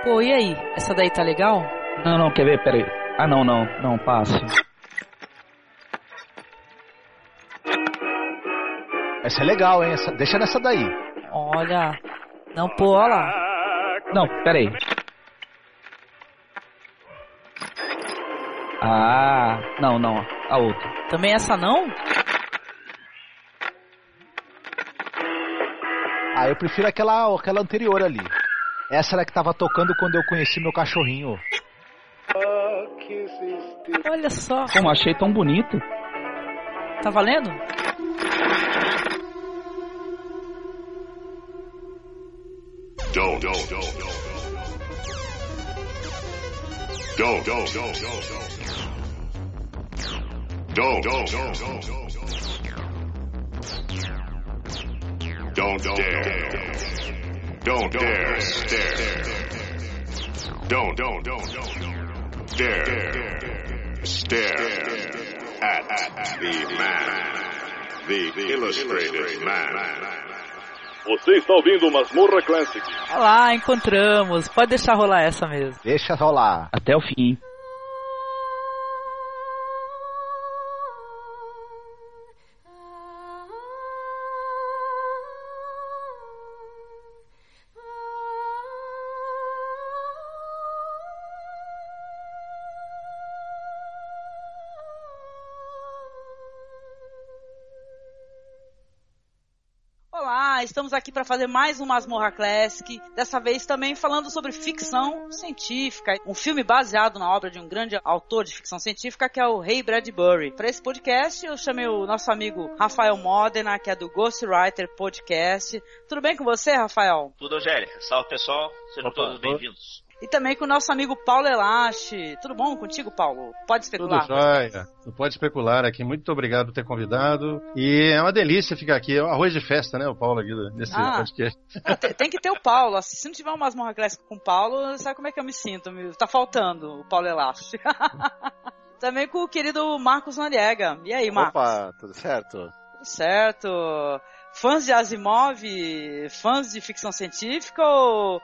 Pô, e aí? Essa daí tá legal? Não, quer ver? Pera aí. Ah, não, passe. Essa é legal, hein? Deixa nessa daí. Olha. Não, pô, olha lá. Não, pera aí. Ah, não, a outra. Também essa não? Ah, eu prefiro aquela anterior ali. Essa era que tava tocando quando eu conheci meu cachorrinho. Olha só. Como achei tão bonito. Tá valendo? Don't dare. Don't dare stare. Don't dare stare at the man. The illustrated man. Você está ouvindo Masmorra Classic. Olha lá, encontramos. Pode deixar rolar essa mesmo. Deixa rolar. Até o fim. Olá, estamos aqui para fazer mais um Masmorra Classic, dessa vez também falando sobre ficção científica, um filme baseado na obra de um grande autor de ficção científica que é o Ray Bradbury. Para esse podcast eu chamei o nosso amigo Rafael Modena, que é do Ghostwriter Podcast. Tudo bem com você, Rafael? Tudo, Angélica. Salve, pessoal. Sejam todos bem-vindos. E também com o nosso amigo Paulo Elache. Tudo bom contigo, Paulo? Pode especular. Tudo jóia. Pode especular aqui. Muito obrigado por ter convidado. E é uma delícia ficar aqui. É um arroz de festa, né? O Paulo aqui desse podcast. Tem que ter o Paulo. Se não tiver um Masmorra Classic com o Paulo, sabe como é que eu me sinto? Tá faltando o Paulo Elache. Também com o querido Marcos Noriega. E aí, Marcos? Opa, tudo certo? Tudo certo. Fãs de Asimov? Fãs de ficção científica ou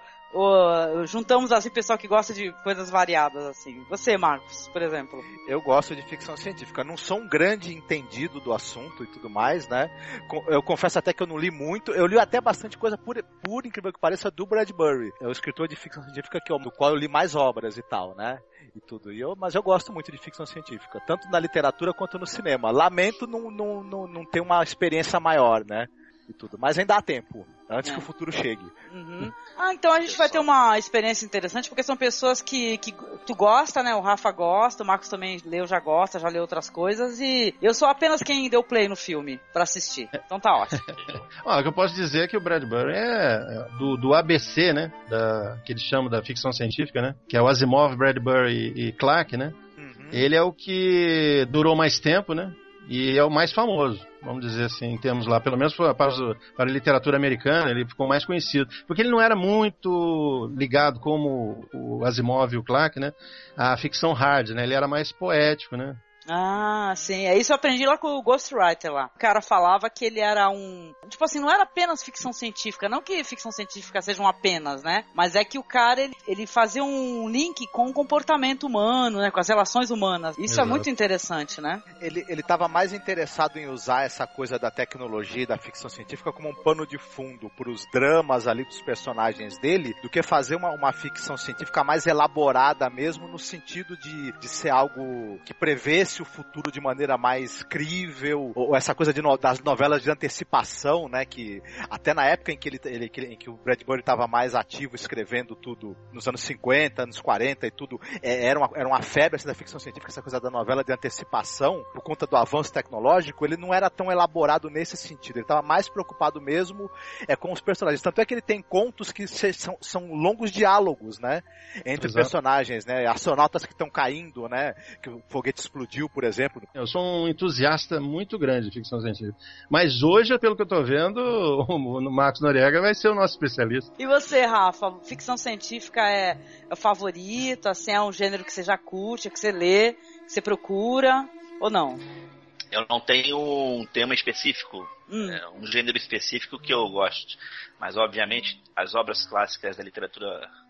juntamos assim pessoal que gosta de coisas variadas assim? Você, Marcos, por exemplo? Eu gosto de ficção científica. Não sou um grande entendido do assunto e tudo mais, né? Eu confesso até que eu não li muito. Eu li até bastante coisa, por incrível que pareça, do Bradbury. É o escritor de ficção científica do qual eu li mais obras e tal, né? E tudo. Mas eu gosto muito de ficção científica, tanto na literatura quanto no cinema. Lamento não ter uma experiência maior, né? E tudo. Mas ainda há tempo, antes que o futuro chegue. Uhum. Então a gente vai ter uma experiência interessante, porque são pessoas que tu gosta, né? O Rafa gosta, o Marcos também leu, já gosta, já leu outras coisas, e eu sou apenas quem deu play no filme pra assistir. Então tá ótimo. O que eu posso dizer é que o Bradbury é do ABC, né? Que eles chamam da ficção científica, né? Que é o Asimov, Bradbury e Clarke, né? Uhum. Ele é o que durou mais tempo, né? E é o mais famoso, vamos dizer assim, em termos lá, pelo menos para a literatura americana, ele ficou mais conhecido. Porque ele não era muito ligado, como o Asimov e o Clarke, né, à ficção hard, né, ele era mais poético, né. Ah, sim. É isso eu aprendi lá com o Ghostwriter lá. O cara falava que ele era tipo assim, não era apenas ficção científica. Não que ficção científica sejam apenas, né? Mas é que o cara, ele fazia um link com o comportamento humano, né? Com as relações humanas. Isso Exato. É muito interessante, né? Ele estava mais interessado em usar essa coisa da tecnologia e da ficção científica como um pano de fundo para os dramas ali dos personagens dele, do que fazer uma ficção científica mais elaborada mesmo, no sentido de ser algo que prevesse o futuro de maneira mais crível, ou essa coisa das novelas de antecipação, né, que até na época em que o Bradbury estava mais ativo escrevendo tudo, nos anos 50, anos 40 e tudo, era uma febre assim, da ficção científica, essa coisa da novela de antecipação, por conta do avanço tecnológico. Ele não era tão elaborado nesse sentido, ele estava mais preocupado mesmo com os personagens, tanto é que ele tem contos que são longos diálogos, né, entre personagens, né, astronautas que estão caindo, né, que o foguete explodiu, por exemplo. Eu sou um entusiasta muito grande de ficção científica. Mas hoje, pelo que eu tô vendo, o Marcos Noriega vai ser o nosso especialista. E você, Rafa? Ficção científica é o favorito? Assim, é um gênero que você já curte, que você lê, que você procura, ou não? Eu não tenho um tema específico, um gênero específico que eu gosto. Mas, obviamente, as obras clássicas da literatura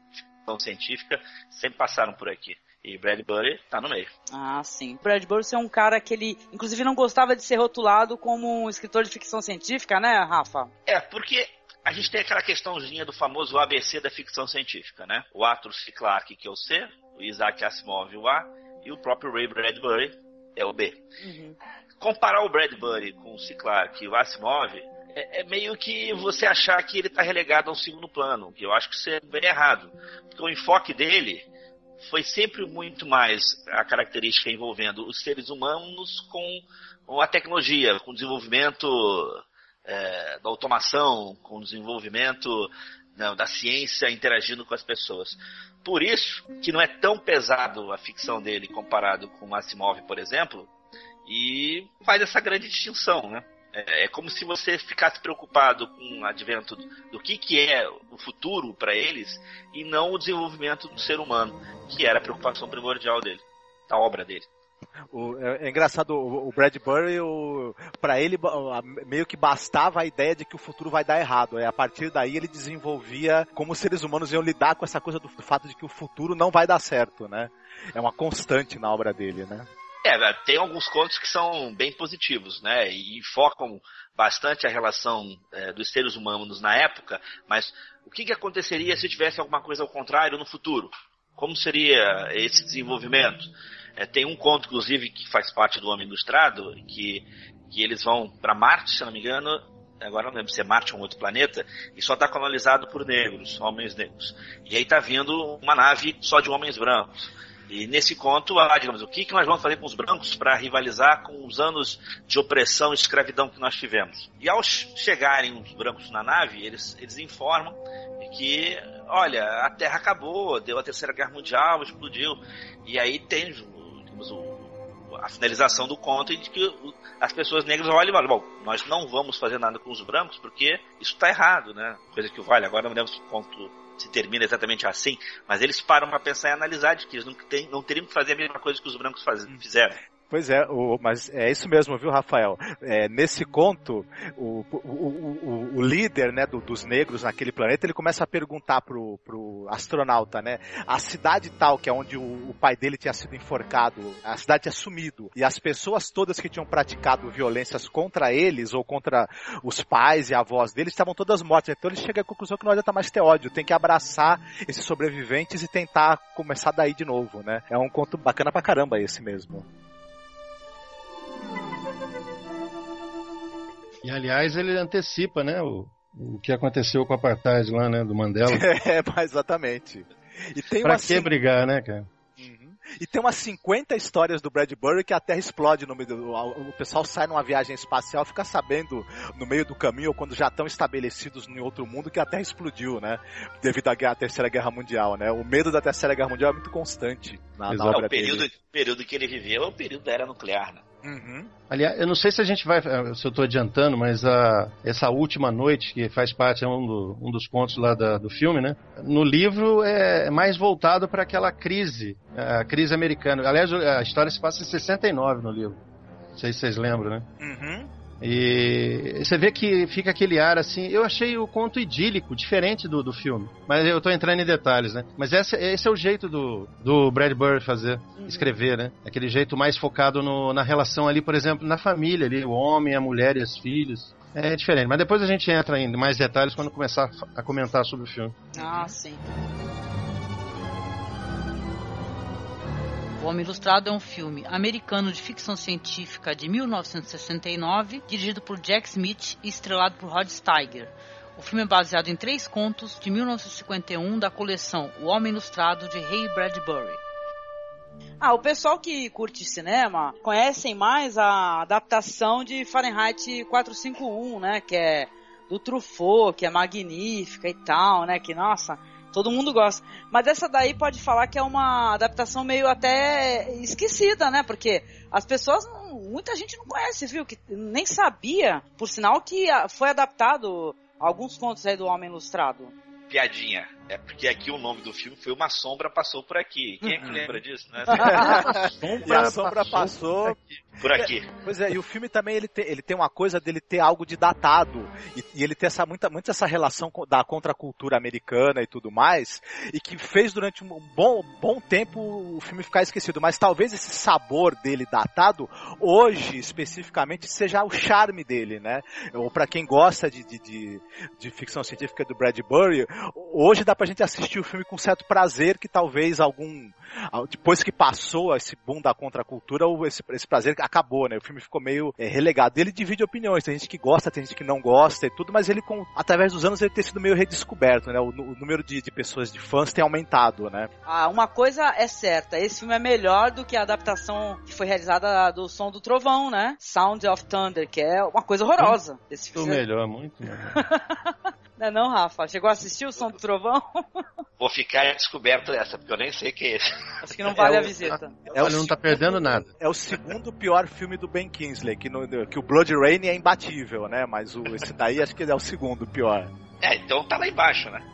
ficção científica sempre passaram por aqui. E Bradbury tá no meio. Ah, sim. Bradbury é um cara que ele, inclusive, não gostava de ser rotulado como um escritor de ficção científica, né, Rafa? Porque a gente tem aquela questãozinha do famoso ABC da ficção científica, né? O Arthur C. Clarke, que é o C, o Isaac Asimov, o A, e o próprio Ray Bradbury é o B. Uhum. Comparar o Bradbury com o C. Clarke e o Asimov é meio que você achar que ele está relegado a um segundo plano, que eu acho que isso é bem errado. Porque o enfoque dele foi sempre muito mais a característica envolvendo os seres humanos com a tecnologia, com o desenvolvimento da automação, com o desenvolvimento da ciência interagindo com as pessoas. Por isso que não é tão pesado a ficção dele comparado com Asimov, por exemplo, e faz essa grande distinção, né? É como se você ficasse preocupado com o advento do que é o futuro para eles e não o desenvolvimento do ser humano, que era a preocupação primordial dele, da obra dele. É engraçado, o Bradbury, para ele meio que bastava a ideia de que o futuro vai dar errado. A partir daí ele desenvolvia como os seres humanos iam lidar com essa coisa do fato de que o futuro não vai dar certo, né? É uma constante na obra dele, né? Tem alguns contos que são bem positivos, né? E focam bastante a relação dos seres humanos na época, mas o que aconteceria se tivesse alguma coisa ao contrário no futuro? Como seria esse desenvolvimento? Tem um conto, inclusive, que faz parte do Homem Ilustrado, que eles vão para Marte, se não me engano, agora não lembro se é Marte ou um outro planeta, e só está colonizado por negros, homens negros. E aí está vindo uma nave só de homens brancos. E nesse conto, digamos, o que nós vamos fazer com os brancos para rivalizar com os anos de opressão e escravidão que nós tivemos? E ao chegarem os brancos na nave, eles informam que, olha, a Terra acabou, deu a Terceira Guerra Mundial, explodiu. E aí tem, digamos, a finalização do conto em que as pessoas negras olham e falam, bom, nós não vamos fazer nada com os brancos porque isso está errado, né? Coisa que vale, agora não lembro se o conto se termina exatamente assim, mas eles param para pensar e analisar de que eles não teriam que fazer a mesma coisa que os brancos fizeram. Pois é, mas é isso mesmo, viu, Rafael? Nesse conto, o líder, né, dos negros naquele planeta, ele começa a perguntar pro astronauta, né, a cidade tal, que é onde o pai dele tinha sido enforcado, a cidade tinha sumido, e as pessoas todas que tinham praticado violências contra eles, ou contra os pais e avós deles, estavam todas mortas. Então ele chega à conclusão que não adianta mais ter ódio, tem que abraçar esses sobreviventes e tentar começar daí de novo, né? É um conto bacana pra caramba esse mesmo. E, aliás, ele antecipa, né, o que aconteceu com o apartheid lá, né, do Mandela. Exatamente. E tem pra que brigar, né, cara? Uhum. E tem umas 50 histórias do Bradbury que a Terra explode no meio o pessoal sai numa viagem espacial, fica sabendo no meio do caminho, ou quando já estão estabelecidos em outro mundo, que a Terra explodiu, né? Devido à Terceira Guerra Mundial, né? O medo da Terceira Guerra Mundial é muito constante na obra dele. O período que ele viveu é o período da era nuclear, né? Uhum. Aliás, eu não sei se a gente vai, se eu estou adiantando, mas essa última noite, que faz parte, é um dos contos lá do filme, né? No livro é mais voltado para aquela crise, a crise americana. Aliás, a história se passa em 69 no livro. Não sei se vocês lembram, né? Uhum. E você vê que fica aquele ar assim. Eu achei o conto idílico, diferente do filme. Mas eu tô entrando em detalhes, né? Mas esse é o jeito do Bradbury escrever, né? Aquele jeito mais focado na relação ali, por exemplo, na família ali, o homem, a mulher e os filhos. É diferente. Mas depois a gente entra em mais detalhes quando começar a comentar sobre o filme. Ah, sim. O Homem Ilustrado é um filme americano de ficção científica de 1969, dirigido por Jack Smith e estrelado por Rod Steiger. O filme é baseado em 3 contos de 1951 da coleção O Homem Ilustrado de Ray Bradbury. O pessoal que curte cinema conhecem mais a adaptação de Fahrenheit 451, né, que é do Truffaut, que é magnífica e tal, né, que, nossa, todo mundo gosta. Mas essa daí pode falar que é uma adaptação meio até esquecida, né? Porque as pessoas, muita gente não conhece, viu? Que nem sabia, por sinal, que foi adaptado alguns contos aí do Homem Ilustrado. Piadinha. É porque aqui o nome do filme foi Uma Sombra Passou Por Aqui. Quem é que lembra disso, né? E a sombra passou por aqui. Pois é, e o filme também ele tem uma coisa dele ter algo de datado. E ele tem muito essa relação da contracultura americana e tudo mais. E que fez durante um bom tempo o filme ficar esquecido. Mas talvez esse sabor dele datado, hoje especificamente, seja o charme dele, né? Ou pra quem gosta de ficção científica do Bradbury, hoje dá pra gente assistir o filme com certo prazer, que talvez depois que passou esse boom da contracultura, esse prazer acabou, né? O filme ficou meio relegado. Ele divide opiniões, tem gente que gosta, tem gente que não gosta e tudo, mas ele, através dos anos, ele tem sido meio redescoberto, né? O número de pessoas, de fãs tem aumentado, né? Uma coisa é certa, esse filme é melhor do que a adaptação que foi realizada do Som do Trovão, né? Sound of Thunder, que é uma coisa horrorosa. Esse filme melhor, muito melhor. Não, Rafa? Chegou a assistir o Som do Trovão? Vou ficar descoberto essa, porque eu nem sei o que é esse. Acho que não vale a visita. Ele não tá perdendo nada. É o segundo pior filme do Ben Kingsley, que o Blood Rain é imbatível, né? Mas esse daí acho que é o segundo pior. Então tá lá embaixo, né?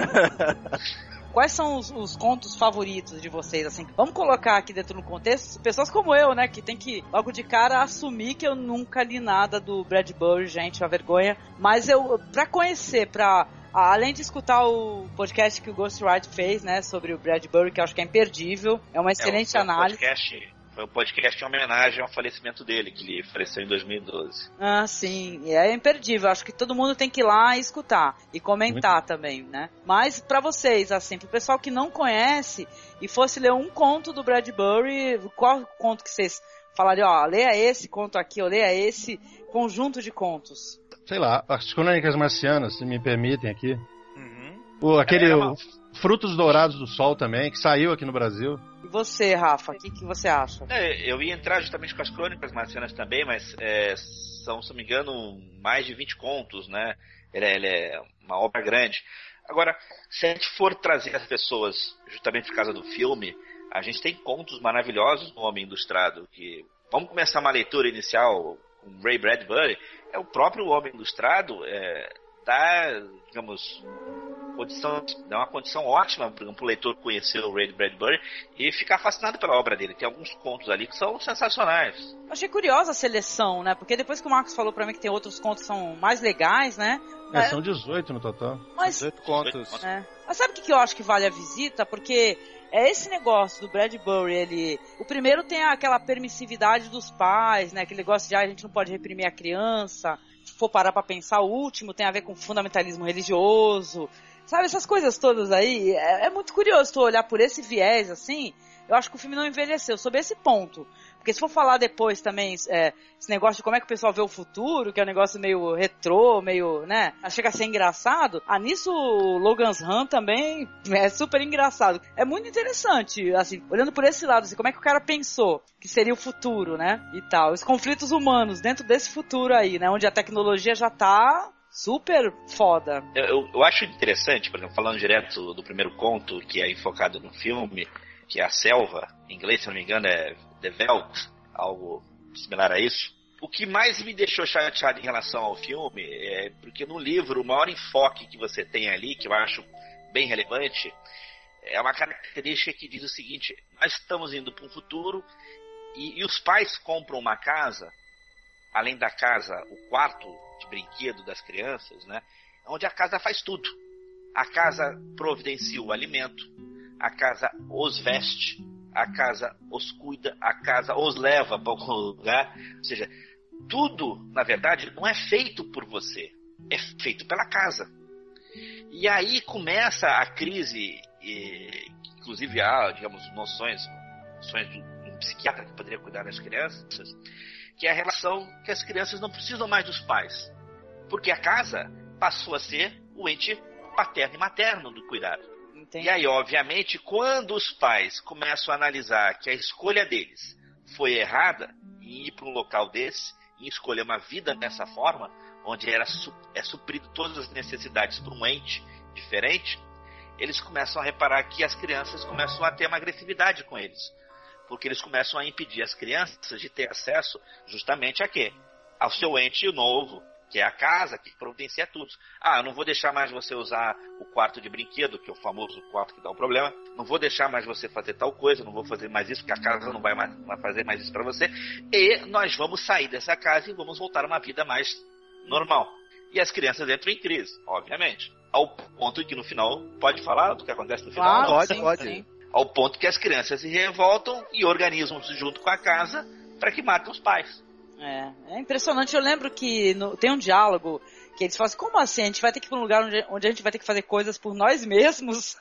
Quais são os contos favoritos de vocês, assim? Vamos colocar aqui dentro do contexto, pessoas como eu, né, que tem que, logo de cara, assumir que eu nunca li nada do Bradbury, gente, uma vergonha. Mas pra conhecer, além de escutar o podcast que o Ghostwriter fez, né, sobre o Bradbury, que eu acho que é imperdível, é uma excelente análise. Foi um podcast em homenagem ao falecimento dele, que ele faleceu em 2012. Ah, sim, é imperdível. Acho que todo mundo tem que ir lá e escutar e comentar também, né? Mas pra vocês, assim, pro pessoal que não conhece e fosse ler um conto do Bradbury, qual conto que vocês falariam? Leia esse conto aqui, ou leia esse conjunto de contos? Sei lá, as Crônicas Marcianas, se me permitem aqui. Aquele Frutos Dourados do Sol também, que saiu aqui no Brasil. E você, Rafa, o que você acha? Eu ia entrar justamente com as Crônicas Marcianas também, mas são, se não me engano, mais de 20 contos, né? Ele é uma obra grande. Agora, se a gente for trazer as pessoas justamente por causa do filme, a gente tem contos maravilhosos no Homem Ilustrado. Vamos começar uma leitura inicial com Ray Bradbury. O próprio Homem Ilustrado dá, digamos, dá uma condição ótima para o leitor conhecer o Ray Bradbury e ficar fascinado pela obra dele. Tem alguns contos ali que são sensacionais. Eu achei curiosa a seleção, né? Porque depois que o Marcos falou para mim que tem outros contos que são mais legais, né? São 18 no total. Mas 18 contos. Mas sabe o que eu acho que vale a visita? Porque esse negócio do Bradbury, o primeiro tem aquela permissividade dos pais, né? Aquele negócio de a gente não pode reprimir a criança. Se for parar pra pensar, o último tem a ver com fundamentalismo religioso. Sabe, essas coisas todas aí, é muito curioso tu olhar por esse viés, assim. Eu acho que o filme não envelheceu sob esse ponto. Porque se for falar depois também, esse negócio de como é que o pessoal vê o futuro, que é um negócio meio retrô, meio, né, chega a ser engraçado, nisso o Logan's Run também é super engraçado. É muito interessante, assim, olhando por esse lado, assim, como é que o cara pensou que seria o futuro, né, e tal. Os conflitos humanos dentro desse futuro aí, né, onde a tecnologia já tá super foda. Eu acho interessante, por exemplo, falando direto do primeiro conto, que é enfocado no filme, que é a selva, em inglês, se não me engano, é The Veldt, algo similar a isso. O que mais me deixou chateado em relação ao filme é porque no livro o maior enfoque que você tem ali, que eu acho bem relevante, é uma característica que diz o seguinte: nós estamos indo para um futuro e os pais compram uma casa, além da casa, o quarto de brinquedo das crianças, né, onde a casa faz tudo. A casa providencia o alimento, a casa os veste, a casa os cuida, a casa os leva para algum lugar. Ou seja, tudo, na verdade, não é feito por você, é feito pela casa. E aí começa a crise, inclusive há, digamos, noções de um psiquiatra que poderia cuidar das crianças, que é a relação que as crianças não precisam mais dos pais, porque a casa passou a ser o ente paterno e materno do cuidado. Entendi. E aí, obviamente, quando os pais começam a analisar que a escolha deles foi errada em ir para um local desse, em escolher uma vida dessa forma, onde é suprido todas as necessidades por um ente diferente, eles começam a reparar que as crianças começam a ter uma agressividade com eles. Porque eles começam a impedir as crianças de ter acesso justamente a quê? Ao seu ente novo, que é a casa que providencia tudo. Eu não vou deixar mais você usar o quarto de brinquedo, que é o famoso quarto que dá um problema. Não vou deixar mais você fazer tal coisa, não vou fazer mais isso, porque a casa não vai fazer mais isso para você. E nós vamos sair dessa casa e vamos voltar a uma vida mais normal. E as crianças entram em crise, obviamente. Ao ponto que no final, pode falar do que acontece no final? Pode. Sim. Ao ponto que as crianças se revoltam e organizam-se junto com a casa para que matem os pais. É impressionante. Eu lembro que tem um diálogo que eles falam assim, como assim? A gente vai ter que ir para um lugar onde a gente vai ter que fazer coisas por nós mesmos?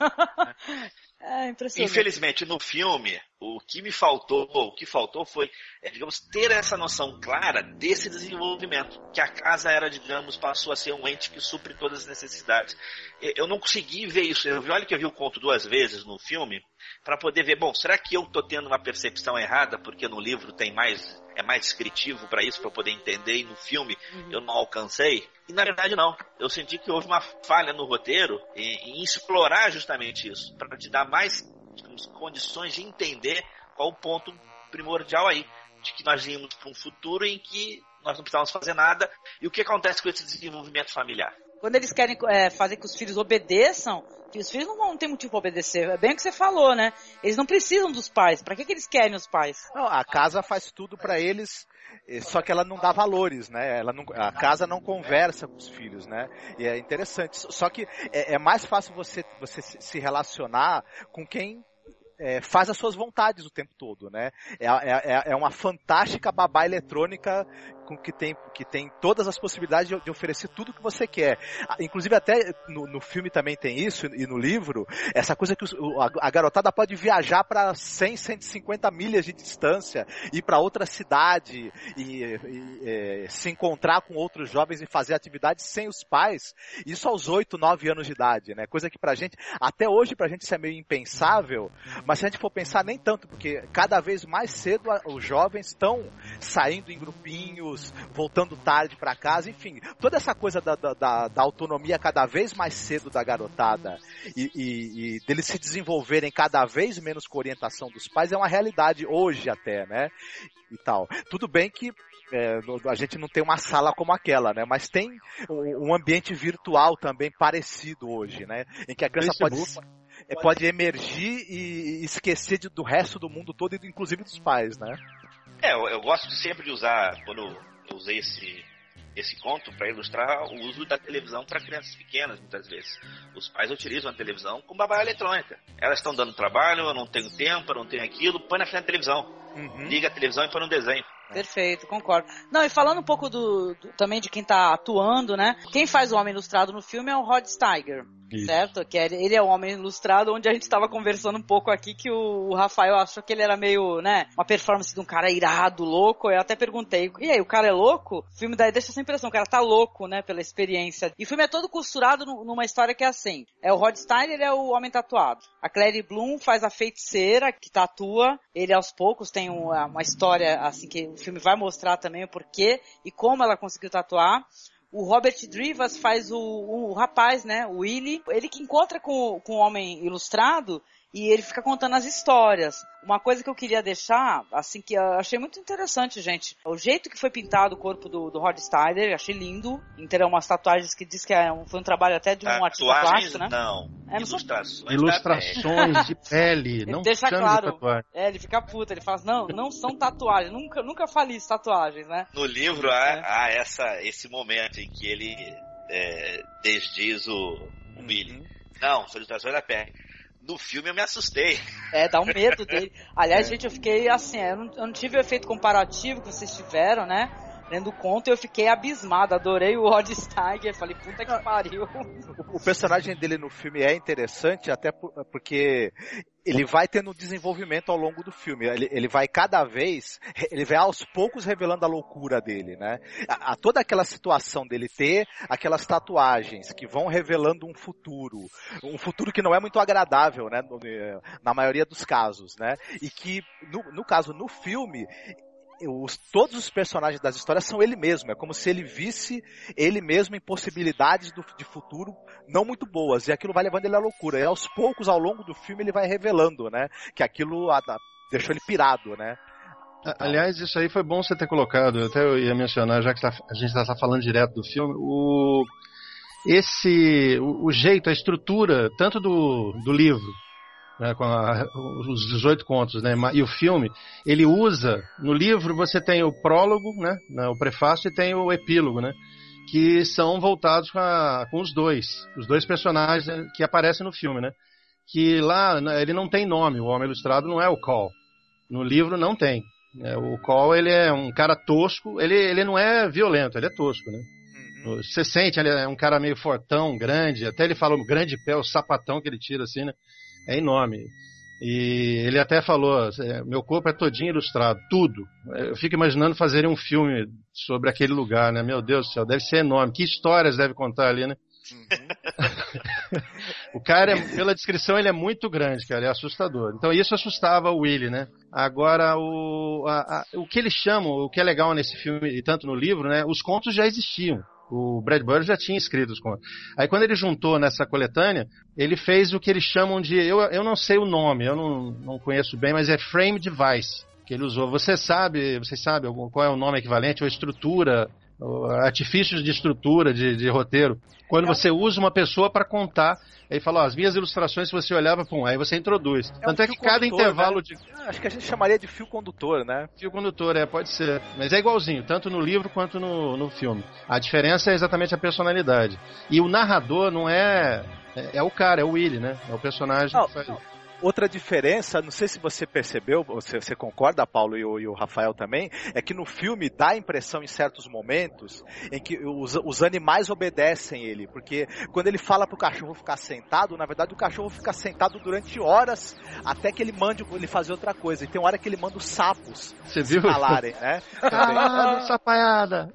É impressionante. Infelizmente, no filme, o que faltou foi, digamos, ter essa noção clara desse desenvolvimento. Que a casa passou a ser um ente que supre todas as necessidades. Eu não consegui ver isso. Olha que eu vi o conto 2 vezes no filme, para poder ver, será que eu estou tendo uma percepção errada, porque no livro é mais descritivo para isso, para eu poder entender, e no filme eu não alcancei? E na verdade não. Eu senti que houve uma falha no roteiro em explorar justamente isso, para te dar mais, digamos, condições de entender qual o ponto primordial aí, de que nós íamos para um futuro em que nós não precisávamos fazer nada, e o que acontece com esse desenvolvimento familiar. Quando eles querem fazer que os filhos obedeçam, que os filhos não têm motivo para obedecer. É bem o que você falou, né? Eles não precisam dos pais. Para que eles querem os pais? Não, a casa faz tudo para eles, só que ela não dá valores, né? A casa não conversa com os filhos, né? E é interessante. Só que é mais fácil você se relacionar com quem faz as suas vontades o tempo todo, né? É uma fantástica babá eletrônica que tem todas as possibilidades de oferecer tudo que você quer. Inclusive até no filme também tem isso, e no livro, essa coisa que a garotada pode viajar para 100, 150 milhas de distância, ir para outra cidade e se encontrar com outros jovens e fazer atividades sem os pais, isso aos 8, 9 anos de idade, né? Coisa que até hoje pra gente isso é meio impensável, mas se a gente for pensar, nem tanto, porque cada vez mais cedo os jovens estão saindo em grupinhos, voltando tarde para casa, enfim, toda essa coisa da autonomia cada vez mais cedo da garotada e deles se desenvolverem cada vez menos com orientação dos pais é uma realidade hoje até, né? E tal. Tudo bem que a gente não tem uma sala como aquela, né? Mas tem um ambiente virtual também parecido hoje, né? Em que a criança pode emergir e esquecer do resto do mundo todo, inclusive dos pais, né? Eu gosto sempre de usar, quando eu usei esse conto para ilustrar o uso da televisão para crianças pequenas, muitas vezes. Os pais utilizam a televisão como babá eletrônica. Elas estão dando trabalho, eu não tenho tempo, eu não tenho aquilo, põe na frente da televisão. Liga a televisão e põe um desenho. Perfeito, concordo. Não, e falando um pouco também de quem tá atuando, né? Quem faz o Homem Ilustrado no filme é o Rod Steiger, certo? Que ele é o Homem Ilustrado, onde a gente tava conversando um pouco aqui que o Rafael achou que ele era meio, né, uma performance de um cara irado, louco. Eu até perguntei, e aí, o cara é louco? O filme daí deixa essa impressão, o cara tá louco, né, pela experiência. E o filme é todo costurado numa história que é assim. O Rod Steiger é o homem tatuado. A Clary Bloom faz a feiticeira que tatua. Ele aos poucos tem uma história, assim, que o filme vai mostrar também o porquê e como ela conseguiu tatuar. O Robert Drivas faz o rapaz, né, o Willy. Ele que encontra com o Homem Ilustrado e ele fica contando as histórias. Uma coisa que eu queria deixar, assim, que eu achei muito interessante, gente. O jeito que foi pintado o corpo do Rod Steiger, eu achei lindo. Então, umas tatuagens que diz que foi um trabalho até de um artista plástico, né? Não, ilustrações de pele, não deixa chame claro. de tatuagem. Ele fica puto, ele fala, não são tatuagens, nunca falei isso, tatuagens, né? No livro há esse momento em que ele desdiz o Billy. Não, são ilustrações da pele. No filme eu me assustei. Dá um medo dele. Aliás, gente, eu fiquei assim, eu não tive o efeito comparativo que vocês tiveram, né? Lendo o conto, eu fiquei abismado, adorei o Rod Steiger, falei, puta que pariu. O personagem dele no filme é interessante, até porque ele vai tendo um desenvolvimento ao longo do filme. Ele vai ele vai aos poucos revelando a loucura dele, né? Toda aquela situação dele ter aquelas tatuagens que vão revelando um futuro que não é muito agradável, né? Na maioria dos casos, né? E que, no caso, no filme, todos os personagens das histórias são ele mesmo. É como se ele visse ele mesmo em possibilidades de futuro não muito boas. E aquilo vai levando ele à loucura. E aos poucos, ao longo do filme, ele vai revelando, né? Que aquilo deixou ele pirado, né? Aliás, isso aí foi bom você ter colocado. Até eu ia mencionar, já que a gente está falando direto do filme, o jeito, a estrutura, tanto do livro, né, com os 18 contos, né, e o filme, ele usa, no livro você tem o prólogo, né, o prefácio, e tem o epílogo, né, que são voltados com os dois personagens que aparecem no filme, né, que lá ele não tem nome, o Homem Ilustrado não é o Call, no livro não tem. O Call, ele é um cara tosco, ele não é violento, ele é tosco, né. Você sente, ele é um cara meio fortão, grande, até ele fala o grande pé, o sapatão que ele tira assim, né? É enorme. E ele até falou, meu corpo é todinho ilustrado, tudo. Eu fico imaginando fazerem um filme sobre aquele lugar, né? Meu Deus do céu, deve ser enorme. Que histórias deve contar ali, né? O cara, pela descrição, ele é muito grande, cara, é assustador. Então isso assustava o Willie, né? Agora, o que eles chamam, o que é legal nesse filme, e tanto no livro, né? Os contos já existiam. O Bradbury já tinha escrito os contos. Aí quando ele juntou nessa coletânea, ele fez o que eles chamam de... Eu não sei o nome, eu não conheço bem, mas é frame device, que ele usou. Vocês sabem qual é o nome equivalente, ou estrutura, artifícios de estrutura, de roteiro. Quando você usa uma pessoa para contar, aí fala, as minhas ilustrações, se você olhava, aí você introduz. Tanto é que cada intervalo, né? Acho que a gente chamaria de fio condutor, né? Fio condutor, pode ser. Mas é igualzinho, tanto no livro quanto no filme. A diferença é exatamente a personalidade. E o narrador não é o cara, é o Willie, né? É o personagem que faz. Outra diferença, não sei se você percebeu, você concorda, Paulo, e o Rafael também, é que no filme dá a impressão em certos momentos em que os animais obedecem ele, porque quando ele fala pro cachorro ficar sentado, na verdade o cachorro fica sentado durante horas até que ele mande ele fazer outra coisa. E tem uma hora que ele manda os sapos se calarem, né? Sapaiada!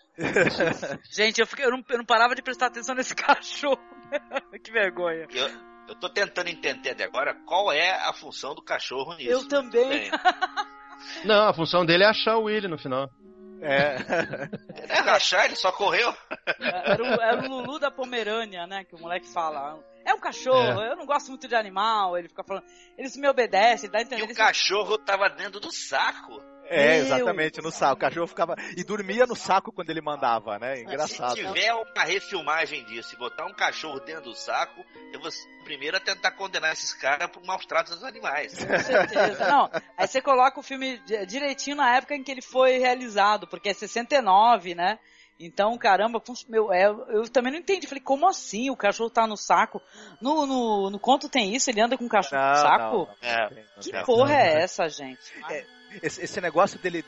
Gente, eu não parava de prestar atenção nesse cachorro. Que vergonha. Eu tô tentando entender até agora qual é a função do cachorro nisso. Eu também. Não, a função dele é achar o Willie no final. Ele não achar, ele só correu. Era o Lulu da Pomerânia, né? Que o moleque fala. É um cachorro, eu não gosto muito de animal. Ele fica falando, eles me obedecem, dá a entender. E o cachorro tava dentro do saco. Exatamente, no saco. O cachorro ficava... E dormia no saco quando ele mandava, né? Engraçado. Se tiver uma refilmagem disso e botar um cachorro dentro do saco, eu vou primeiro a tentar condenar esses caras por maus tratos aos animais. Com certeza. Não, aí você coloca o filme direitinho na época em que ele foi realizado, porque é 69, né? Então, caramba, eu também não entendi. Falei, como assim? O cachorro tá no saco? No conto tem isso? Ele anda com o cachorro no saco? Que porra é essa, gente? Esse negócio dele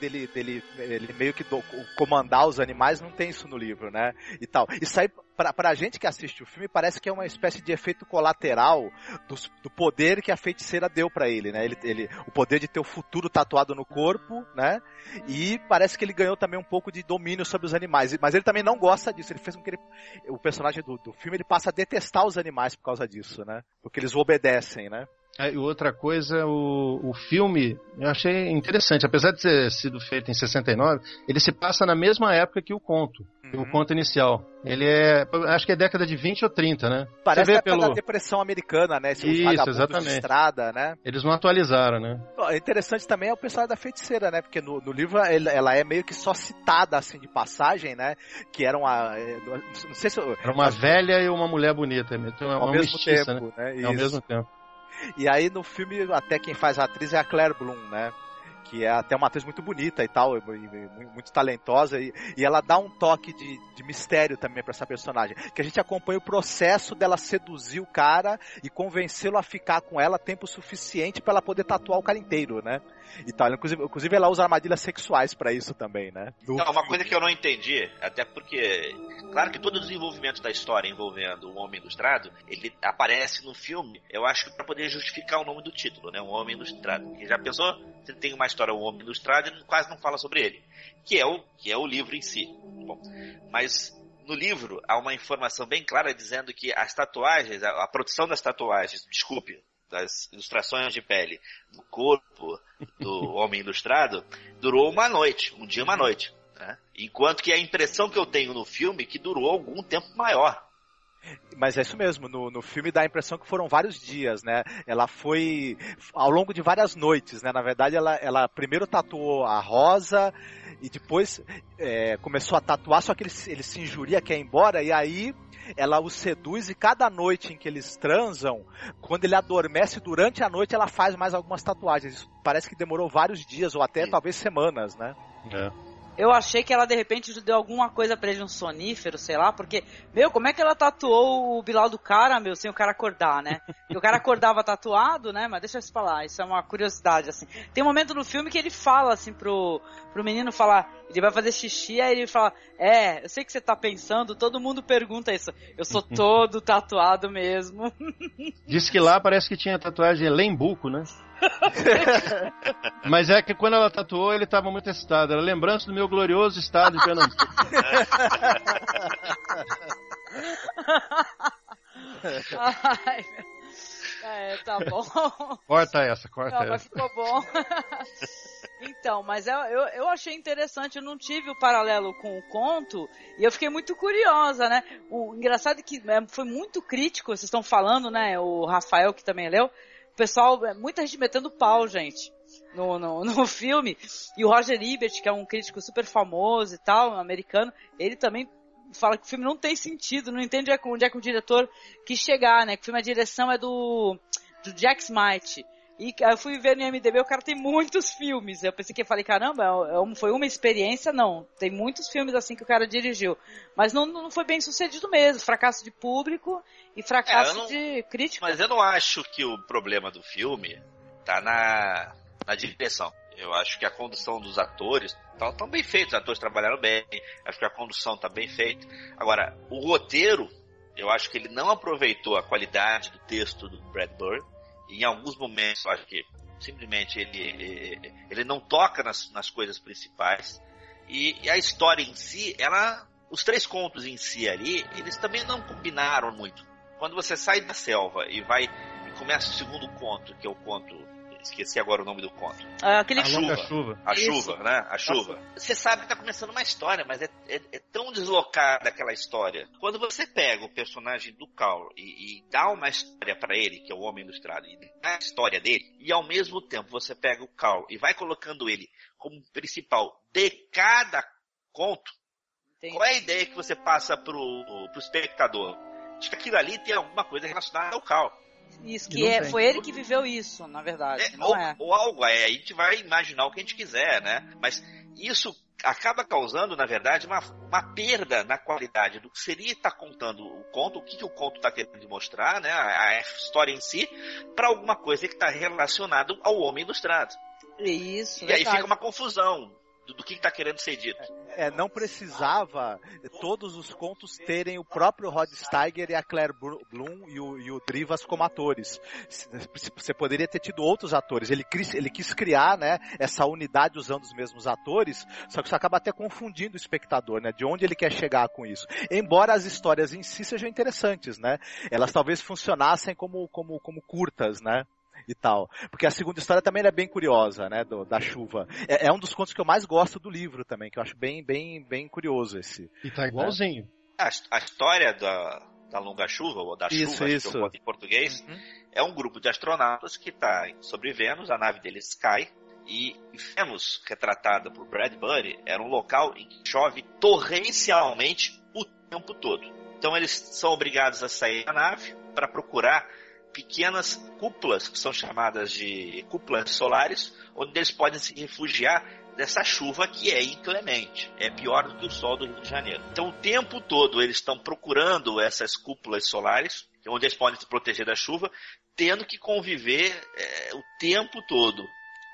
meio que comandar os animais, não tem isso no livro, né? E tal. Isso aí, pra gente que assiste o filme, parece que é uma espécie de efeito colateral do poder que a feiticeira deu pra ele, né? O poder de ter o futuro tatuado no corpo, né? E parece que ele ganhou também um pouco de domínio sobre os animais. Mas ele também não gosta disso. Ele fez com que o personagem do filme, ele passa a detestar os animais por causa disso, né? Porque eles o obedecem, né? E outra coisa, o filme, eu achei interessante, apesar de ter sido feito em 69, ele se passa na mesma época que o conto, o conto inicial. Ele acho que é década de 20 ou 30, né? Parece a época da depressão americana, né? Isso, exatamente. De estrada, né? Eles não atualizaram, né? Interessante também é o personagem da feiticeira, né? Porque no livro ela é meio que só citada, assim, de passagem, né? Que era uma... Não sei se... Era uma velha e uma mulher bonita. Então é ao mesmo mestiça, tempo, né? Ao mesmo tempo. E aí no filme, até quem faz a atriz é a Claire Bloom, né? Que é até uma atriz muito bonita e tal, muito talentosa, e ela dá um toque de mistério também pra essa personagem, que a gente acompanha o processo dela seduzir o cara e convencê-lo a ficar com ela tempo suficiente pra ela poder tatuar o cara inteiro, né? E tal. Inclusive ela usa armadilhas sexuais pra isso também, né? Uma coisa que eu não entendi, até porque, claro que todo o desenvolvimento da história envolvendo o Homem Ilustrado, ele aparece no filme, eu acho que pra poder justificar o nome do título, né? Um Homem Ilustrado. Porque já pensou? Você tem uma história, o Homem Ilustrado, e quase não fala sobre ele, que é o livro em si. Bom, mas no livro há uma informação bem clara dizendo que as tatuagens, a produção das tatuagens, das ilustrações de pele do corpo do Homem Ilustrado durou um dia e uma noite, né? Enquanto que a impressão que eu tenho no filme é que durou algum tempo maior. Mas é isso mesmo, no filme dá a impressão que foram vários dias, né? Ela foi ao longo de várias noites, né? Na verdade, ela primeiro tatuou a Rosa e depois começou a tatuar, só que ele se injuria, quer ir embora, e aí ela o seduz e cada noite em que eles transam, quando ele adormece durante a noite, ela faz mais algumas tatuagens. Isso parece que demorou vários dias ou até talvez semanas, né? Eu achei que ela, de repente, deu alguma coisa pra ele, um sonífero, sei lá, porque, como é que ela tatuou o Bilal do cara, sem o cara acordar, né? E o cara acordava tatuado, né? Mas deixa eu te falar, isso é uma curiosidade, assim. Tem um momento no filme que ele fala, assim, pro menino falar, ele vai fazer xixi, aí ele fala, eu sei que você tá pensando, todo mundo pergunta isso, eu sou todo tatuado mesmo. Diz que lá parece que tinha tatuagem lembuco, né? Mas é que quando ela tatuou, ele estava muito excitado. Era lembrança do meu glorioso estado de Pernambuco. Tá bom. Corta essa. Mas ficou bom. Então, mas eu achei interessante, eu não tive o paralelo com o conto, e eu fiquei muito curiosa, né? O engraçado é que foi muito crítico, vocês estão falando, né? O Rafael, que também leu, o pessoal, muita gente metendo pau, gente, no filme. E o Roger Ebert, que é um crítico super famoso e tal, um americano, ele também fala que o filme não tem sentido, não entende onde é que o diretor quis chegar, né? Que o filme, a direção é do Jack Smite. E eu fui ver no IMDb, o cara tem muitos filmes. Eu pensei que falei, caramba, foi uma experiência, não. Tem muitos filmes assim que o cara dirigiu. Mas não foi bem sucedido mesmo. Fracasso de público e fracasso de crítica. Mas eu não acho que o problema do filme tá na direção. Eu acho que a condução dos atores estão bem feitos, os atores trabalharam bem, acho que a condução está bem feita. Agora, o roteiro, eu acho que ele não aproveitou a qualidade do texto do Bradbury. Em alguns momentos, eu acho que simplesmente ele não toca nas coisas principais. E a história em si, os 3 contos em si ali, eles também não combinaram muito. Quando você sai da selva e começa o segundo conto, que é o conto... Esqueci agora o nome do conto. A chuva, né? A chuva. Você sabe que tá começando uma história, mas é tão deslocada aquela história. Quando você pega o personagem do Carl e dá uma história pra ele, que é o Homem Ilustrado, e dá a história dele, e ao mesmo tempo você pega o Carl e vai colocando ele como principal de cada conto, qual é a ideia que você passa pro espectador? De que aquilo ali tem alguma coisa relacionada ao Carl. Isso, foi ele que viveu isso, na verdade. Ou algo, a gente vai imaginar o que a gente quiser, né? Mas isso acaba causando, na verdade, uma perda na qualidade do que seria estar contando o conto, o que o conto está querendo mostrar, né? A história em si, para alguma coisa que está relacionada ao Homem Ilustrado. Isso, e verdade. Aí fica uma confusão do que está querendo ser dito. Não precisava todos os contos terem o próprio Rod Steiger e a Claire Bloom e o Drivas como atores. Você poderia ter tido outros atores. Ele quis criar, né, essa unidade usando os mesmos atores, só que isso acaba até confundindo o espectador, né, de onde ele quer chegar com isso. Embora as histórias em si sejam interessantes, né, elas talvez funcionassem como curtas, né, e tal. Porque a segunda história também é bem curiosa, né, da chuva. É um dos contos que eu mais gosto do livro também, que eu acho bem curioso esse. E tá igualzinho. A história da longa chuva, ou da chuva, que eu conto em português, é um grupo de astronautas que está sobre Vênus, a nave deles cai, e Vênus, retratada por Bradbury, era um local em que chove torrencialmente o tempo todo. Então eles são obrigados a sair da nave para procurar pequenas cúpulas, que são chamadas de cúpulas solares, onde eles podem se refugiar dessa chuva que é inclemente. É pior do que o sol do Rio de Janeiro. Então, o tempo todo eles estão procurando essas cúpulas solares, onde eles podem se proteger da chuva, tendo que conviver o tempo todo,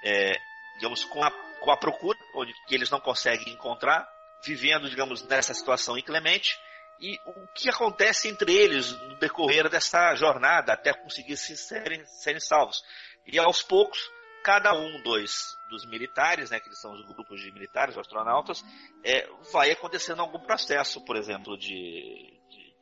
digamos, com a procura, onde que eles não conseguem encontrar, vivendo, digamos, nessa situação inclemente. E o que acontece entre eles no decorrer dessa jornada até conseguir serem salvos. E aos poucos, cada dos militares, né, que são os grupos de militares, os astronautas, vai acontecendo algum processo, por exemplo, de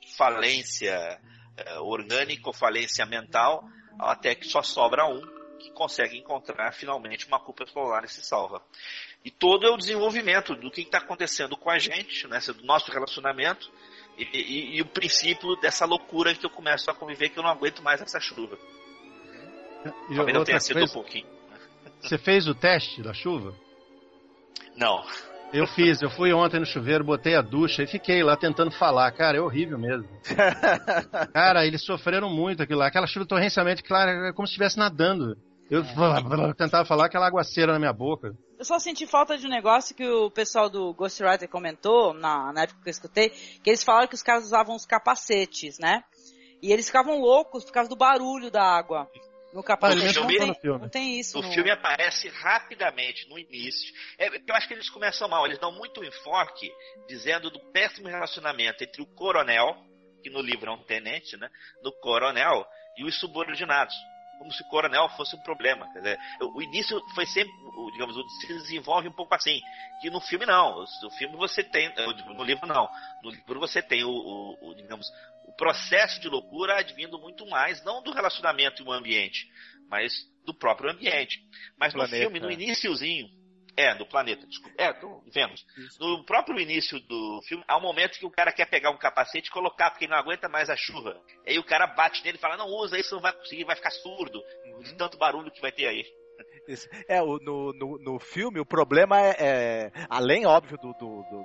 falência orgânica ou falência mental, até que só sobra um que consegue encontrar finalmente uma cúpula solar e se salva. E todo é o desenvolvimento do que está acontecendo com a gente, né, do nosso relacionamento, E o princípio dessa loucura que eu começo a conviver, que eu não aguento mais essa chuva. Talvez não tenha sido um pouquinho. Você fez o teste da chuva? Não. Eu fui ontem no chuveiro, botei a ducha e fiquei lá tentando falar. Cara, é horrível mesmo. Cara, eles sofreram muito aquilo lá. Aquela chuva torrencialmente, claro, é como se estivesse nadando. Eu tentava falar aquela aguaceira na minha boca. Eu só senti falta de um negócio que o pessoal do Ghostwriter comentou, na época que eu escutei, que eles falaram que os caras usavam os capacetes, né? E eles ficavam loucos por causa do barulho da água. No capacete não tem isso. O filme aparece rapidamente no início. Eu acho que eles começam mal. Eles dão muito enfoque dizendo do péssimo relacionamento entre o coronel, que no livro é um tenente, né? Do coronel e os subordinados. Como se o coronel fosse um problema. Quer dizer, o início foi sempre, digamos, se desenvolve um pouco assim. Que no filme não. No filme você tem, no livro não. No livro você tem digamos, o processo de loucura advindo muito mais, não do relacionamento e o ambiente, mas do próprio ambiente. Mas no filme, no iniciozinho, do planeta, desculpa. Do Vênus. No próprio início do filme, há um momento que o cara quer pegar um capacete e colocar, porque ele não aguenta mais a chuva. Aí o cara bate nele e fala, não usa isso, não vai conseguir, vai ficar surdo, de tanto barulho que vai ter aí. Isso. No filme, o problema além, óbvio, do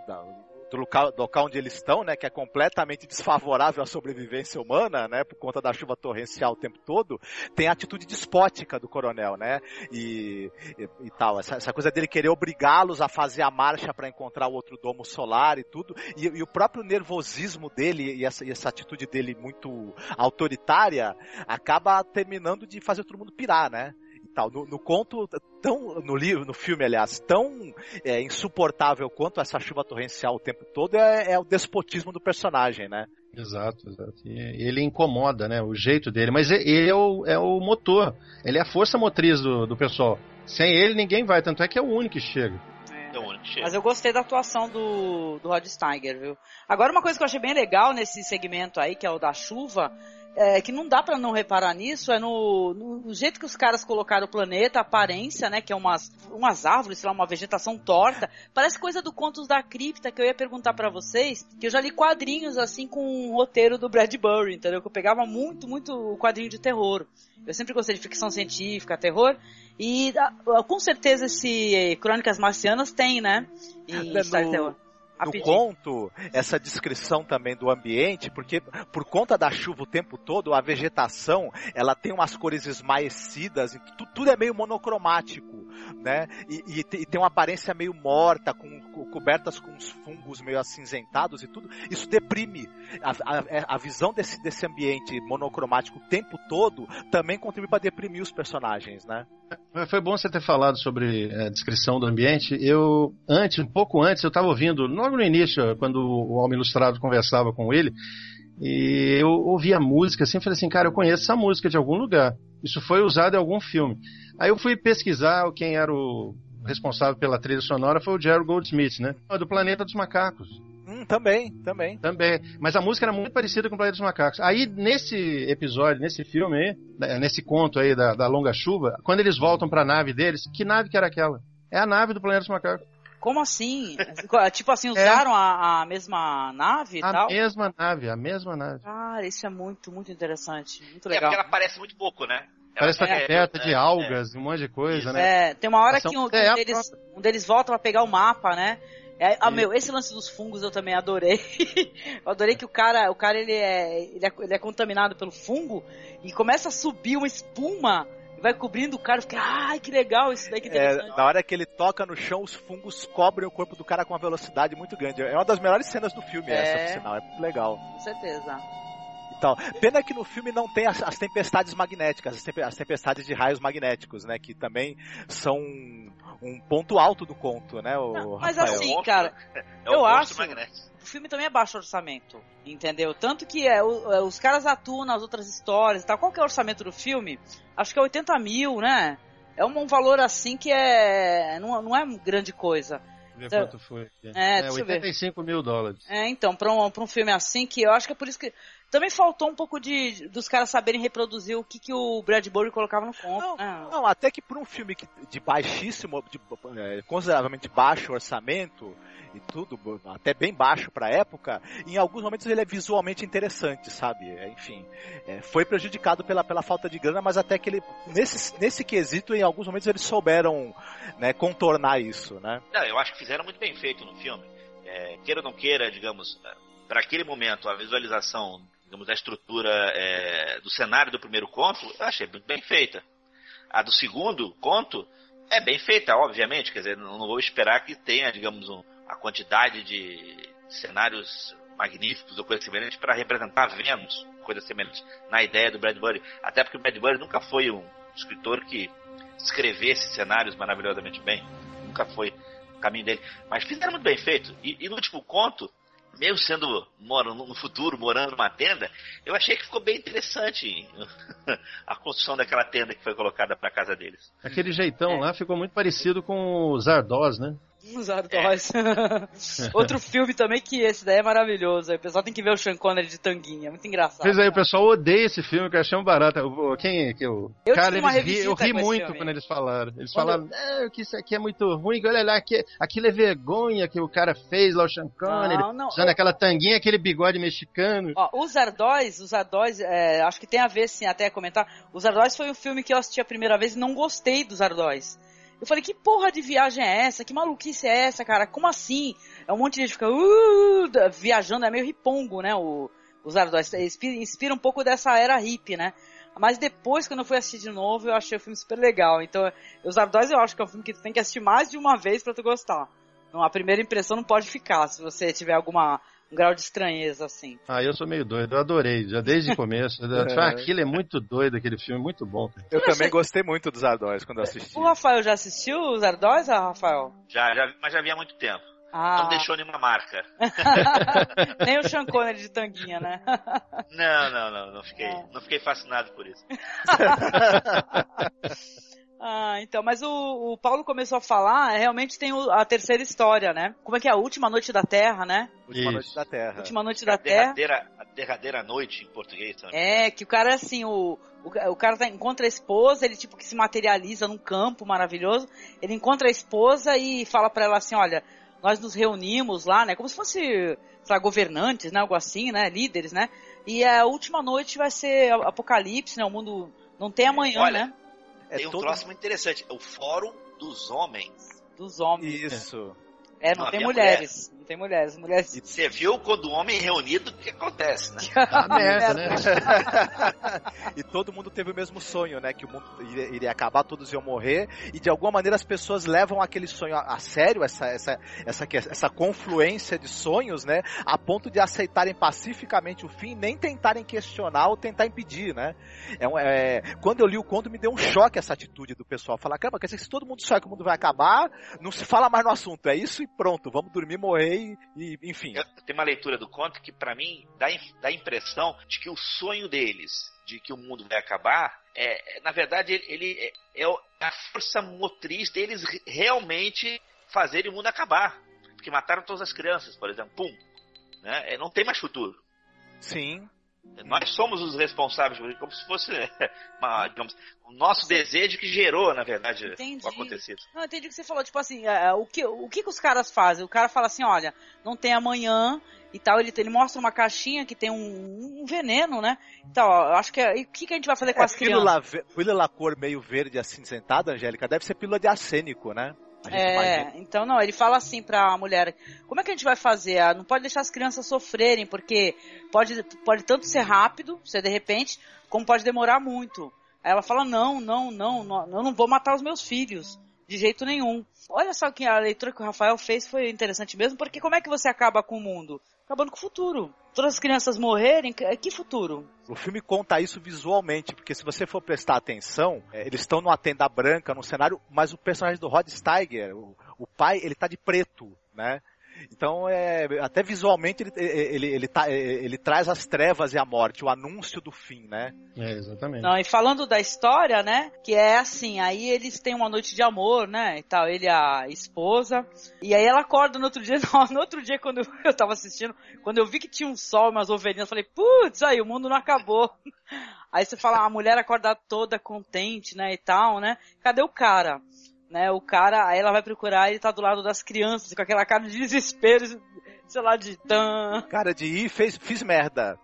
local onde eles estão, né, que é completamente desfavorável à sobrevivência humana, né, por conta da chuva torrencial o tempo todo, tem a atitude despótica do coronel, né, e tal, essa coisa dele querer obrigá-los a fazer a marcha para encontrar o outro domo solar e tudo, e o próprio nervosismo dele e essa atitude dele muito autoritária acaba terminando de fazer todo mundo pirar, né. No conto, no filme, aliás, tão insuportável quanto essa chuva torrencial o tempo todo é o despotismo do personagem, né? Exato. E ele incomoda, né? O jeito dele. Mas ele é o motor. Ele é a força motriz do pessoal. Sem ele, ninguém vai. Tanto é que é o único que chega. Mas eu gostei da atuação do Rod Steiger, viu? Agora, uma coisa que eu achei bem legal nesse segmento aí, que é o da chuva, que não dá pra não reparar nisso, é no jeito que os caras colocaram o planeta, a aparência, né, que é umas árvores, sei lá, uma vegetação torta, parece coisa do Contos da Cripta, que eu ia perguntar pra vocês, que eu já li quadrinhos, assim, com o roteiro do Bradbury, entendeu? Que eu pegava muito, muito quadrinho de terror. Eu sempre gostei de ficção científica, terror, e com certeza esse Crônicas Marcianas tem, né? No conto, essa descrição também do ambiente, porque por conta da chuva o tempo todo, a vegetação, ela tem umas cores esmaecidas, e tudo é meio monocromático, né? E tem uma aparência meio morta, cobertas com uns fungos meio acinzentados e tudo. Isso deprime. A visão desse ambiente monocromático o tempo todo também contribui para deprimir os personagens, né? Foi bom você ter falado sobre a descrição do ambiente. Um pouco antes, eu estava ouvindo, logo no início, quando o Homem Ilustrado conversava com ele, e eu ouvi a música assim, falei assim, cara, eu conheço essa música de algum lugar. Isso foi usado em algum filme. Aí eu fui pesquisar quem era o responsável pela trilha sonora, foi o Jerry Goldsmith, né? Do Planeta dos Macacos. Também. Mas a música era muito parecida com o Planeta dos Macacos. Aí, nesse episódio, nesse filme aí, nesse conto aí da Longa Chuva, quando eles voltam pra nave deles, que nave que era aquela? É a nave do Planeta dos Macacos. Como assim? Tipo assim, usaram a mesma nave e tal? A mesma nave. Cara, isso é muito, muito interessante. Muito legal. Porque ela parece muito pouco, né? Parece que tá coberta de algas, um monte de coisa, né? Tem uma hora que um deles volta pra pegar o mapa, né? Esse lance dos fungos eu também adorei. Eu adorei que o cara ele é contaminado pelo fungo e começa a subir uma espuma e vai cobrindo o cara. Eu fiquei, ai, que legal isso daí, que interessante. Na hora que ele toca no chão, os fungos cobrem o corpo do cara com uma velocidade muito grande. É uma das melhores cenas do filme essa, por sinal. É muito legal. Com certeza. Então, pena que no filme não tem as tempestades magnéticas, as tempestades de raios magnéticos, né? Que também são um ponto alto do conto, né? Mas assim, cara, eu acho que o filme também é baixo orçamento, entendeu? Tanto que os caras atuam nas outras histórias e tal. Qual que é o orçamento do filme? Acho que é 80 mil, né? É um valor assim que não é grande coisa. Deixa eu ver quanto foi aqui. $85 mil. Então, pra um filme assim, que eu acho que é por isso que Também faltou um pouco dos caras saberem reproduzir o que o Bradbury colocava no conto. Não, até que por um filme de baixíssimo, consideravelmente baixo orçamento e tudo, até bem baixo pra época, em alguns momentos ele é visualmente interessante, sabe? Enfim, foi prejudicado pela falta de grana, mas até que ele, nesse quesito, em alguns momentos eles souberam, né, contornar isso, né? Não, eu acho que fizeram muito bem feito no filme. Queira ou não queira, digamos, para aquele momento, a visualização, digamos, da estrutura do cenário do primeiro conto, eu achei muito bem feita. A do segundo conto é bem feita, obviamente, quer dizer, não vou esperar que tenha, digamos, a quantidade de cenários magníficos ou coisa semelhante para representar Vênus, coisa semelhante na ideia do Bradbury. Até porque o Bradbury nunca foi um escritor que escrevesse cenários maravilhosamente bem, nunca foi o caminho dele. Mas fizeram muito bem feito. E no último conto, mesmo sendo no futuro, morando numa tenda, eu achei que ficou bem interessante a construção daquela tenda que foi colocada para a casa deles. Aquele jeitão lá ficou muito parecido com o Zardoz, né? Os Zardoz. Outro filme também que esse daí é maravilhoso. O pessoal tem que ver o Sean Connery de tanguinha. É muito engraçado. Pois aí, o pessoal odeia esse filme, que eu achei um barato. Cara, eu ri muito filme. Quando eles falaram. Eles falaram, que isso aqui é muito ruim, olha lá, aquilo é vergonha que o cara fez lá, o Sean Connery, usando aquela tanguinha, aquele bigode mexicano. Ó, o Zardoz, acho que tem a ver, sim, até comentar. O Zardoz foi um filme que eu assisti a primeira vez e não gostei do Zardoz. Eu falei, que porra de viagem é essa? Que maluquice é essa, cara? Como assim? É um monte de gente que fica viajando, é meio ripongo, né? O Zardoz inspira um pouco dessa era hippie, né? Mas depois, quando eu fui assistir de novo, eu achei o filme super legal. Então, o Zardoz eu acho que é um filme que tu tem que assistir mais de uma vez pra tu gostar. Então, a primeira impressão não pode ficar, se você tiver um grau de estranheza, assim. Eu sou meio doido, eu adorei, já desde o começo. Aquilo é muito doido, aquele filme, muito bom. Eu também gostei muito dos Zardoz quando eu assisti. O Rafael já assistiu os Zardoz, Rafael? Mas já vi há muito tempo. Não deixou nenhuma marca. Nem o Sean Connery de tanguinha, né? Não fiquei fascinado por isso. Então, mas o Paulo começou a falar, realmente tem a terceira história, né? Como é que é? A Última Noite da Terra, né? Última Noite da Terra. Última Noite da Terra. A derradeira noite, em português também. Que o cara, assim, o cara encontra a esposa, ele tipo que se materializa num campo maravilhoso, ele encontra a esposa e fala pra ela assim, olha, nós nos reunimos lá, né? Como se fosse, sei lá, governantes, né? Algo assim, né? Líderes, né? E a última noite vai ser apocalipse, né? O mundo não tem amanhã, olha, né? Tem um troço muito interessante, o Fórum dos Homens. Dos Homens. Isso. Não tem mulheres. Mulher. Não tem mulheres. E você viu quando o homem é reunido, o que acontece, né? Merda, né? E todo mundo teve o mesmo sonho, né? Que o mundo iria acabar, todos iam morrer. E de alguma maneira as pessoas levam aquele sonho a sério, essa confluência de sonhos, né? A ponto de aceitarem pacificamente o fim, nem tentarem questionar ou tentar impedir, né? Quando eu li o conto, me deu um choque essa atitude do pessoal. Falar, caramba, quer dizer que se todo mundo sonha que o mundo vai acabar, não se fala mais no assunto. É isso e pronto, vamos dormir, morrer e enfim. Tem uma leitura do conto que pra mim dá a impressão de que o sonho deles, de que o mundo vai acabar, na verdade ele é a força motriz deles realmente fazerem o mundo acabar. Porque mataram todas as crianças, por exemplo, pum, né? Não tem mais futuro. Sim. Nós somos os responsáveis, como se fosse digamos, o nosso desejo que gerou, na verdade, o acontecido. Não, entendi o que você falou, tipo assim, o que os caras fazem? O cara fala assim, olha, não tem amanhã e tal, ele mostra uma caixinha que tem um veneno, né? Então, eu acho que o que a gente vai fazer com as crianças? Pílula cor meio verde acinzentada, Angélica, deve ser pílula de arsênico, né? Então não, ele fala assim pra mulher, como é que a gente vai fazer? Não pode deixar as crianças sofrerem, porque pode tanto ser rápido, ser de repente, como pode demorar muito. Aí ela fala, não, eu não vou matar os meus filhos, de jeito nenhum. Olha só que a leitura que o Rafael fez foi interessante mesmo, porque como é que você acaba com o mundo? Acabando com o futuro. Todas as crianças morrerem, que futuro? O filme conta isso visualmente, porque se você for prestar atenção, eles estão numa tenda branca, num cenário, mas o personagem do Rod Steiger, o pai, ele tá de preto, né? Então, até visualmente, ele traz as trevas e a morte, o anúncio do fim, né? Exatamente. Não, e falando da história, né, que é assim, aí eles têm uma noite de amor, né, e tal, ele e a esposa, e aí ela acorda no outro dia, no outro dia quando eu tava assistindo, quando eu vi que tinha um sol, umas ovelhinhas, eu falei, putz, aí o mundo não acabou. Aí você fala, a mulher acorda toda contente, né, e tal, né, cadê o cara? Né, o cara, aí ela vai procurar, ele tá do lado das crianças, com aquela cara de desespero, sei lá, de tan. Cara de fiz merda.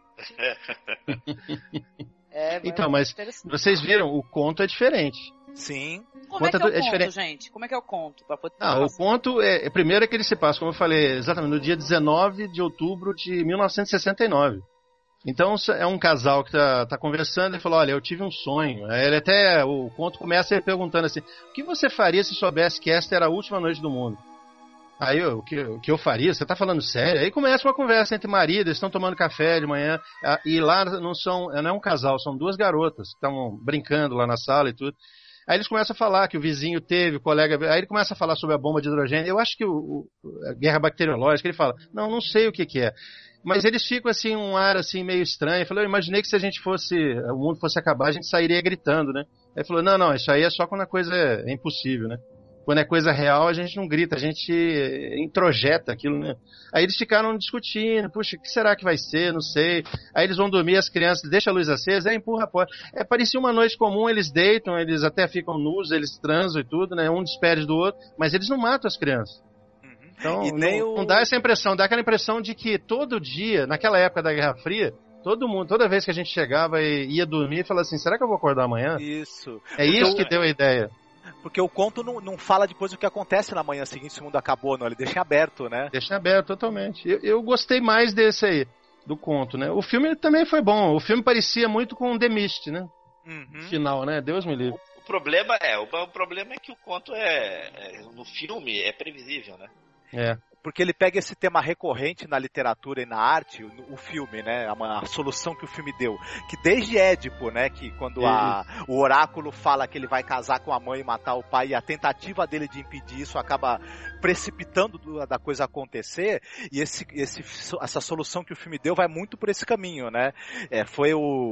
Então, mas vocês viram, o conto é diferente. Sim. Como é que é o conto, gente? Como é que é o conto? O conto, primeiro é que ele se passa, como eu falei, exatamente no dia 19 de outubro de 1969. Então é um casal que tá conversando e falou, olha, eu tive um sonho. O conto começa ele perguntando assim, o que você faria se soubesse que esta era a última noite do mundo? Aí, o que eu faria? Você tá falando sério? Aí começa uma conversa entre maridos, eles estão tomando café de manhã, e lá não é um casal, são duas garotas que estavam brincando lá na sala e tudo. Aí eles começam a falar que o vizinho teve, o colega... Aí ele começa a falar sobre a bomba de hidrogênio. Eu acho que a guerra bacteriológica, ele fala, não sei o que é. Mas eles ficam assim, um ar assim meio estranho. Eu imaginei que se o mundo fosse acabar, a gente sairia gritando, né? Aí ele falou, não, isso aí é só quando a coisa é impossível, né? Quando é coisa real, a gente não grita, a gente introjeta aquilo, né? Aí eles ficaram discutindo, puxa, o que será que vai ser? Não sei. Aí eles vão dormir, as crianças deixam a luz acesa, empurra a porta. Parecia uma noite comum, eles deitam, eles até ficam nus, eles transam e tudo, né? Um despede do outro, mas eles não matam as crianças. Então, não dá essa impressão, dá aquela impressão de que todo dia, naquela época da Guerra Fria, todo mundo, toda vez que a gente chegava e ia dormir, falava assim, será que eu vou acordar amanhã? Isso. Isso que deu a ideia. Porque o conto não fala depois o que acontece na manhã seguinte se o mundo acabou, não. Ele deixa aberto, né? Deixa aberto, totalmente. Eu gostei mais desse aí, do conto, né? O filme também foi bom. O filme parecia muito com The Mist, né? Final, né? Deus me livre. O problema é que o conto no filme é previsível, né? Porque ele pega esse tema recorrente na literatura e na arte, o filme, né? A solução que o filme deu. Que desde Édipo, né? Que quando o oráculo fala que ele vai casar com a mãe e matar o pai, e a tentativa dele de impedir isso acaba precipitando da coisa acontecer, e essa solução que o filme deu vai muito por esse caminho, né? Foi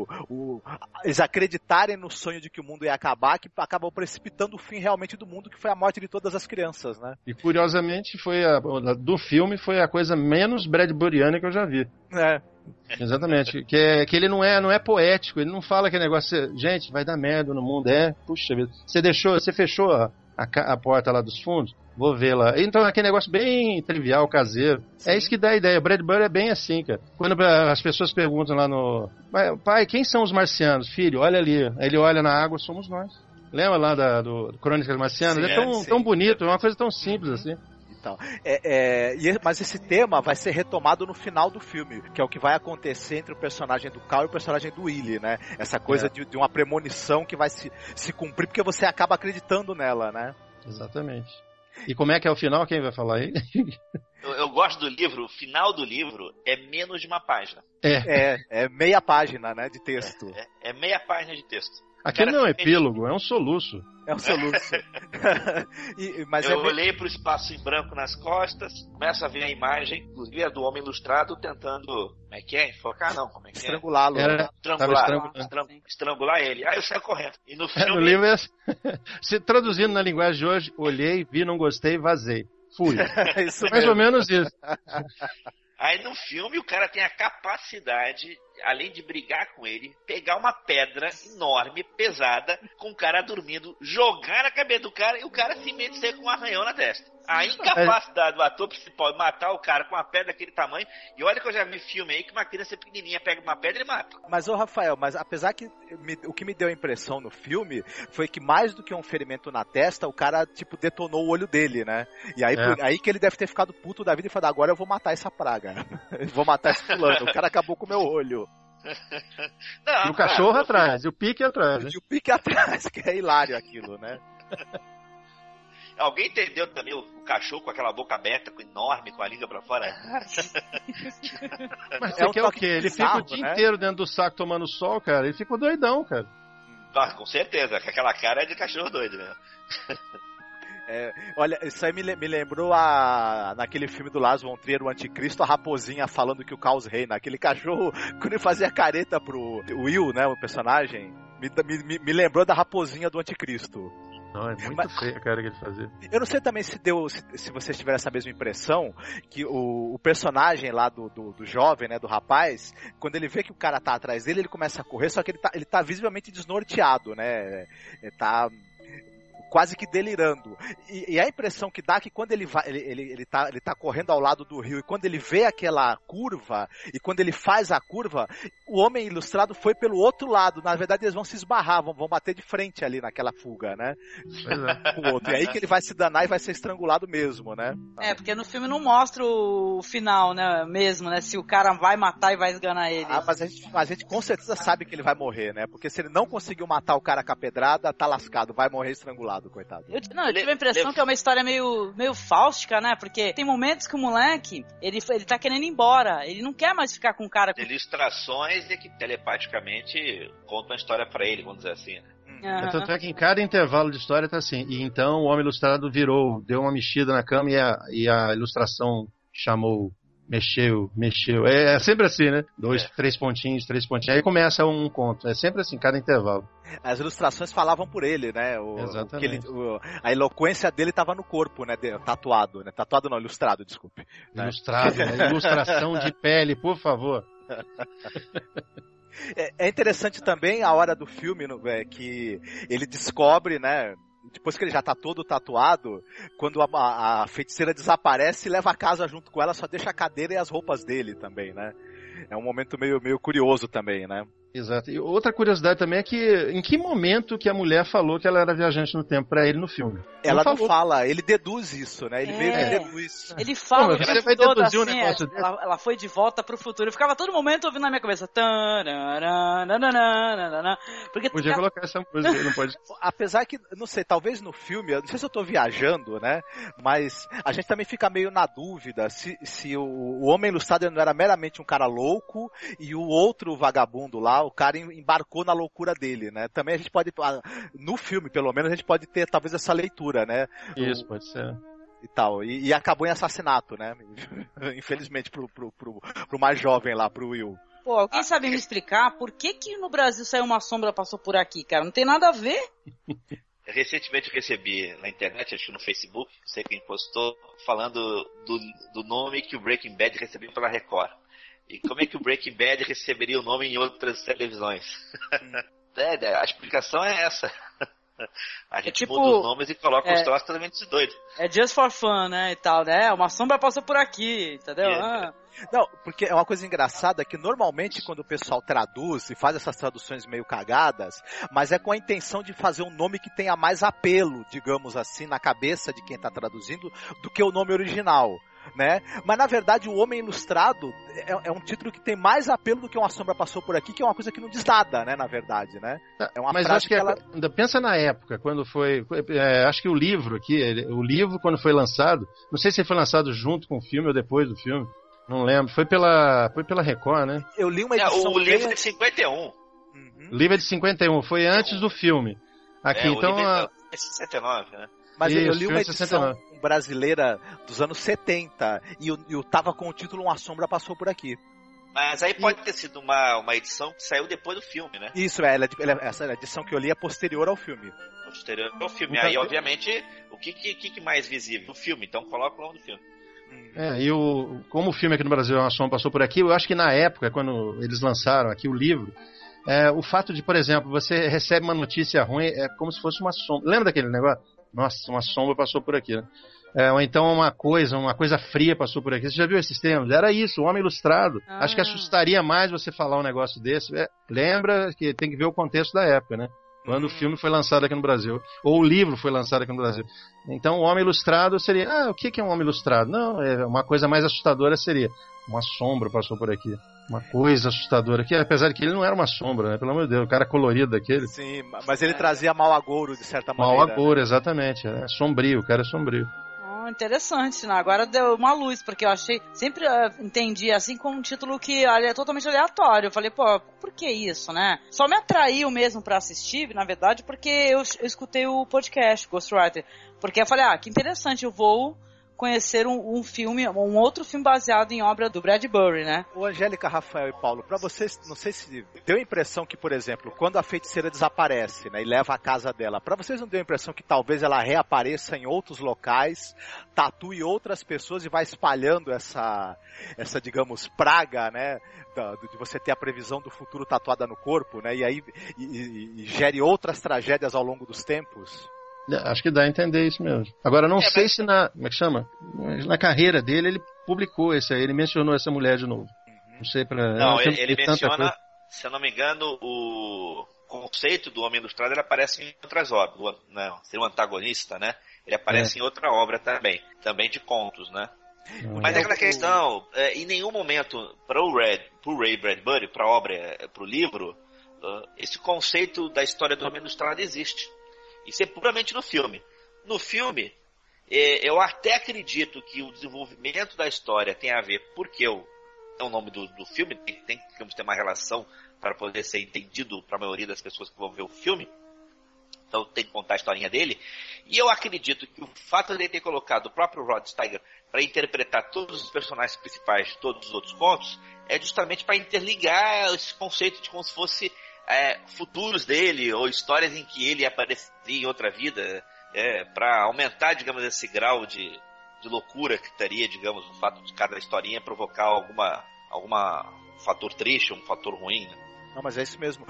eles acreditarem no sonho de que o mundo ia acabar, que acabou precipitando o fim realmente do mundo, que foi a morte de todas as crianças, né? E curiosamente do filme foi a coisa menos Bradburiana que eu já vi. Exatamente. Que ele não é poético, ele não fala aquele negócio, gente, vai dar merda no mundo. Puxa vida. Você fechou a porta lá dos fundos? Vou ver lá. Então é aquele negócio bem trivial, caseiro. Sim. É isso que dá a ideia. Bradbury é bem assim, cara. Quando as pessoas perguntam lá pai, quem são os marcianos? Filho, olha ali. Aí ele olha na água, somos nós. Lembra lá do Crônicas Marcianas? É tão bonito, é uma coisa tão simples assim. Mas esse tema vai ser retomado no final do filme, que é o que vai acontecer entre o personagem do Cal e o personagem do Willy, né? Essa coisa de uma premonição que vai se cumprir, porque você acaba acreditando nela, né? Exatamente. E como é que é o final? Quem vai falar aí? Eu gosto do livro, o final do livro é menos de uma página. É meia página, né, de texto. É meia página de texto. Aquilo não é um epílogo, é um soluço. É um soluço. Eu olhei pro espaço em branco nas costas, começo a ver a imagem, inclusive a do homem ilustrado tentando... Como é que é? Enfocar não, como é que é? Estrangulá-lo. Estrangular ele. Aí eu saio correndo. E no filme... No livro se traduzindo na linguagem de hoje, olhei, vi, não gostei, vazei. Fui. Mais ou menos isso. Aí no filme o cara tem a capacidade, além de brigar com ele, pegar uma pedra enorme, pesada, com o cara dormindo, jogar na cabeça do cara e o cara simplesmente sair com um arranhão na testa. A incapacidade do ator principal de matar o cara com uma pedra daquele tamanho, e olha que eu já vi filme aí que uma criança pequenininha pega uma pedra e mata. Mas, Rafael, apesar que o que me deu a impressão no filme foi que mais do que um ferimento na testa, o cara, detonou o olho dele, né? E aí que ele deve ter ficado puto da vida e falado, agora eu vou matar essa praga. Vou matar esse fulano. O cara acabou com o meu olho. E o cachorro atrás, e o pique atrás. E o pique atrás, que é hilário aquilo, né? Alguém entendeu também o cachorro com aquela boca aberta, enorme, com a língua pra fora? Mas você quer o quê? Ele fica o dia inteiro dentro do saco tomando sol, cara. Ele ficou doidão, cara. Com certeza, que aquela cara é de cachorro doido mesmo. Olha, isso aí me lembrou naquele filme do Lars von Trier, o Anticristo, a raposinha falando que o caos reina. Aquele cachorro, quando ele fazia careta pro Will, né, o personagem, me lembrou da raposinha do Anticristo. Não, é muito feio a cara que ele fazia. Eu não sei também se vocês tiveram essa mesma impressão, que o personagem lá do jovem, né, do rapaz, quando ele vê que o cara tá atrás dele, ele começa a correr, só que ele tá visivelmente desnorteado, né? Tá quase que delirando. E a impressão que dá é que quando ele tá correndo ao lado do rio, e quando ele vê aquela curva, e quando ele faz a curva, o Homem Ilustrado foi pelo outro lado. Na verdade, eles vão se esbarrar, vão bater de frente ali naquela fuga, né? Com o outro. E aí que ele vai se danar e vai ser estrangulado mesmo, né? Porque no filme não mostra o final, né? Mesmo, né? Se o cara vai matar e vai esganar ele. Mas a gente com certeza sabe que ele vai morrer, né? Porque se ele não conseguiu matar o cara com a pedrada, tá lascado, vai morrer estrangulado. Coitado. Eu tive a impressão que é uma história meio fáustica, né? Porque tem momentos que o moleque, ele tá querendo ir embora. Ele não quer mais ficar com o cara. Ilustrações de que telepaticamente contam a história pra ele, vamos dizer assim, né? Tanto é que em cada intervalo de história tá assim. E então o Homem Ilustrado deu uma mexida na cama e a ilustração chamou, mexeu. É sempre assim, né? 3 pontinhos. Aí começa um conto. É sempre assim, cada intervalo. As ilustrações falavam por ele, né? Exatamente. A eloquência dele estava no corpo, né? Tatuado, né? Tatuado não, ilustrado, desculpe. Ilustrado, né? Ilustração de pele, por favor. É interessante também a hora do filme, que ele descobre, né? Depois que ele já tá todo tatuado, quando a feiticeira desaparece, leva a casa junto com ela, só deixa a cadeira e as roupas dele também, né? É um momento meio curioso também, né? Exato. E outra curiosidade também é que em que momento que a mulher falou que ela era viajante no tempo pra ele no filme? Ela não fala, ele deduz isso, né? Ele meio que deduz. Ele fala, você vai deduzir assim, um negócio desse? Ela foi de volta pro futuro. Eu ficava todo momento ouvindo na minha cabeça. Porque podia colocar essa música, não pode. Apesar que, não sei, talvez no filme, eu não sei se eu tô viajando, né? Mas a gente também fica meio na dúvida se o Homem Ilustrado não era meramente um cara louco e o outro vagabundo lá, o cara embarcou na loucura dele, né? Também a gente pode, no filme pelo menos, a gente pode ter talvez essa leitura, né? Isso, pode ser. E tal, e acabou em assassinato, né? Infelizmente pro mais jovem lá, pro Will. Pô, alguém sabe me explicar por que no Brasil saiu Uma Sombra Passou Por Aqui, cara? Não tem nada a ver. Recentemente eu recebi na internet, acho que no Facebook, não sei quem postou, falando do nome que o Breaking Bad recebeu pela Record. E como é que o Breaking Bad receberia o nome em outras televisões? A explicação é essa. A gente muda os nomes e coloca os troços totalmente doidos. É just for fun, né, e tal, né? Uma sombra passou por aqui, entendeu? Não, porque é uma coisa engraçada que normalmente quando o pessoal traduz e faz essas traduções meio cagadas, mas é com a intenção de fazer um nome que tenha mais apelo, digamos assim, na cabeça de quem está traduzindo, do que o nome original. Né? Mas na verdade o Homem Ilustrado é um título que tem mais apelo do que Uma Sombra Passou Por Aqui, que é uma coisa que não diz nada, né, na verdade, né? É uma mas acho que ela... pensa na época, quando foi, acho que o livro quando foi lançado, não sei se foi lançado junto com o filme ou depois do filme, não lembro, foi pela Record, né? Eu li uma edição... O livro é de 51. O livro é de 51, foi antes do filme. Aqui, então... O livro é de 69, né? Mas eu li uma edição brasileira dos anos 70 e eu tava com o título Uma Sombra Passou Por Aqui. Mas aí pode ter sido uma edição que saiu depois do filme, né? Isso, essa edição que eu li é posterior ao filme. Posterior ao filme. Aí, obviamente, o que mais visível? O filme, então coloca o nome do filme. Como o filme aqui no Brasil, Uma Sombra Passou Por Aqui, eu acho que na época, quando eles lançaram aqui o livro, o fato de, por exemplo, você recebe uma notícia ruim, é como se fosse uma sombra. Lembra daquele negócio? Nossa, uma sombra passou por aqui, né? Ou então uma coisa fria passou por aqui. Você já viu esses termos? Era isso, o Homem Ilustrado. Acho que assustaria mais você falar um negócio desse. Lembra que tem que ver o contexto da época, né? Quando o filme foi lançado aqui no Brasil. Ou o livro foi lançado aqui no Brasil. Então o Homem Ilustrado seria... o que é um Homem Ilustrado? Não, uma coisa mais assustadora seria... Uma sombra passou por aqui. Uma coisa assustadora. Que, apesar de que ele não era uma sombra, né? Pelo amor de Deus, o cara colorido daquele. Sim, mas ele trazia mau agouro, de certa maneira. Mau agouro, né? Exatamente. É sombrio, o cara é sombrio. Interessante, né? Agora deu uma luz, porque eu achei, sempre entendi assim como um título que é totalmente aleatório. Eu falei, pô, por que isso, né? Só me atraiu mesmo pra assistir, na verdade, porque eu escutei o podcast Ghostwriter. Porque eu falei, que interessante, eu vou conhecer um filme, um outro filme baseado em obra do Bradbury, né? Ô, Angélica, Rafael e Paulo, pra vocês, não sei se deu a impressão que, por exemplo, quando a feiticeira desaparece, né, e leva a casa dela, pra vocês não deu a impressão que talvez ela reapareça em outros locais, tatue outras pessoas e vai espalhando essa digamos, praga, né, de você ter a previsão do futuro tatuada no corpo, né, e aí e gere outras tragédias ao longo dos tempos? Acho que dá a entender isso mesmo. Agora, não sei se como é que chama? Na carreira dele, ele publicou esse aí, ele mencionou essa mulher de novo. Não sei pra... Não, ele menciona, se eu não me engano, o conceito do Homem Ilustrado, ele aparece em outras obras. Não, ser um antagonista, né? Ele aparece em outra obra também de contos, né? Mas é aquela questão, em nenhum momento, pro Ray Bradbury, pra obra, pro livro, esse conceito da história do Homem Ilustrado existe. Isso é puramente no filme. No filme, eu até acredito que o desenvolvimento da história tem a ver, porque é o nome do filme, tem que ter uma relação para poder ser entendido para a maioria das pessoas que vão ver o filme. Então tem que contar a historinha dele. E eu acredito que o fato de ele ter colocado o próprio Rod Steiger para interpretar todos os personagens principais de todos os outros contos, é justamente para interligar esse conceito de como se fosse futuros dele, ou histórias em que ele apareceria em outra vida, para aumentar, digamos, esse grau de loucura que teria, digamos, o fato de cada historinha provocar alguma fator triste, um fator ruim, né? Não, mas é isso mesmo.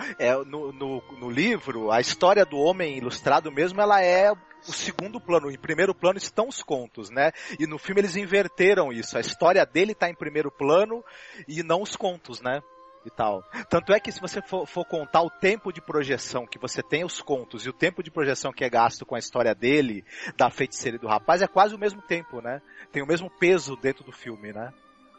No livro, a história do Homem Ilustrado mesmo, ela é o segundo plano. Em primeiro plano estão os contos, né? E no filme eles inverteram isso. A história dele está em primeiro plano e não os contos, né? E tal. Tanto é que se você for contar o tempo de projeção que você tem os contos e o tempo de projeção que é gasto com a história dele, da feiticeira e do rapaz, é quase o mesmo tempo, né? Tem o mesmo peso dentro do filme, né?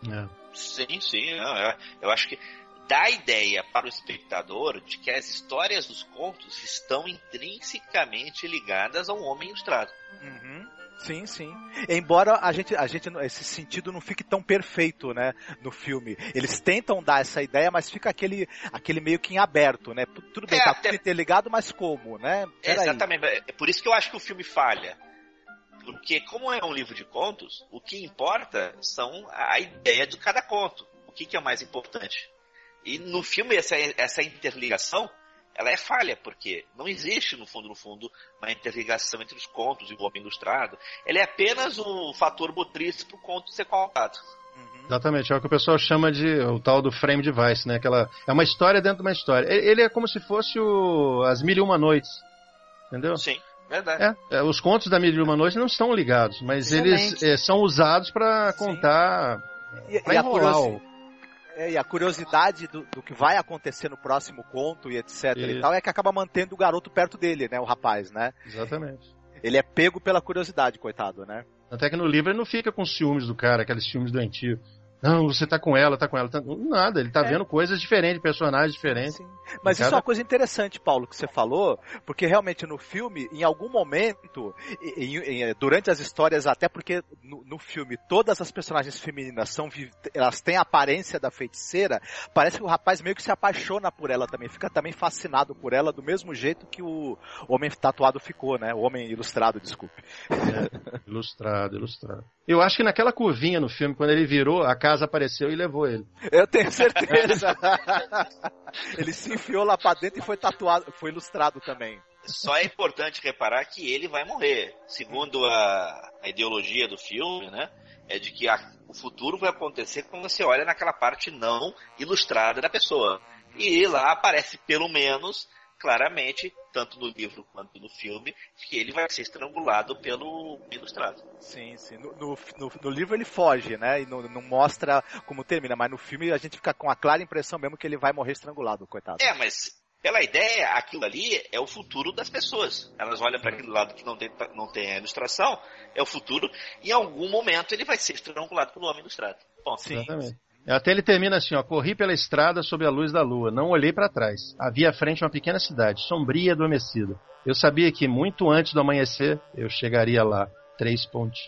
Sim. Eu acho que dá a ideia para o espectador de que as histórias dos contos estão intrinsecamente ligadas ao Homem Ilustrado. Sim. Embora a gente esse sentido não fique tão perfeito, né, no filme. Eles tentam dar essa ideia, mas fica aquele meio que em aberto, né? Tudo bem, tá tudo interligado, mas como, né? Exatamente. É por isso que eu acho que o filme falha. Porque como é um livro de contos, o que importa são a ideia de cada conto. O que é o mais importante? E no filme essa interligação, ela é falha, porque não existe, no fundo, uma interligação entre os contos e o Homem Ilustrado. Ele é apenas um fator motriz para o conto ser contado. Exatamente, é o que o pessoal chama de o tal do frame device, né? É uma história dentro de uma história. Ele é como se fosse As Mil e Uma Noites, entendeu? Sim, verdade. Os contos da Mil e Uma Noites não estão ligados, mas eles são usados para contar, para enrolar. E a curiosidade do que vai acontecer no próximo conto e etc e tal, é que acaba mantendo o garoto perto dele, né, o rapaz, né? Exatamente. Ele é pego pela curiosidade, coitado, né? Até que no livro ele não fica com ciúmes do cara, aqueles ciúmes doentios. Não, você tá com ela. Nada, ele tá vendo coisas diferentes, personagens diferentes. Sim. Mas isso é uma coisa interessante, Paulo, que você falou, porque realmente no filme, em algum momento, durante as histórias, até porque no filme todas as personagens femininas elas têm a aparência da feiticeira, parece que o rapaz meio que se apaixona por ela também, fica também fascinado por ela, do mesmo jeito que o homem tatuado ficou, né? O Homem Ilustrado, desculpe. Ilustrado. Eu acho que naquela curvinha no filme, quando ele virou, a casa apareceu e levou ele. Eu tenho certeza. Ele se enfiou lá pra dentro e foi tatuado, foi ilustrado também. Só é importante reparar que ele vai morrer. Segundo a ideologia do filme, né? É de que o futuro vai acontecer quando você olha naquela parte não ilustrada da pessoa. E lá aparece pelo menos, claramente, tanto no livro quanto no filme, que ele vai ser estrangulado pelo ilustrado. Sim. No livro ele foge, né? E não mostra como termina, mas no filme a gente fica com a clara impressão mesmo que ele vai morrer estrangulado, coitado. Mas pela ideia, aquilo ali é o futuro das pessoas. Elas olham para aquele lado que não tem a ilustração, é o futuro, e em algum momento ele vai ser estrangulado pelo Homem Ilustrado. Bom, sim. Exatamente. Até ele termina assim, corri pela estrada sob a luz da lua, não olhei para trás. Havia à frente uma pequena cidade, sombria e adormecida. Eu sabia que muito antes do amanhecer, eu chegaria lá. 3 pontinhos.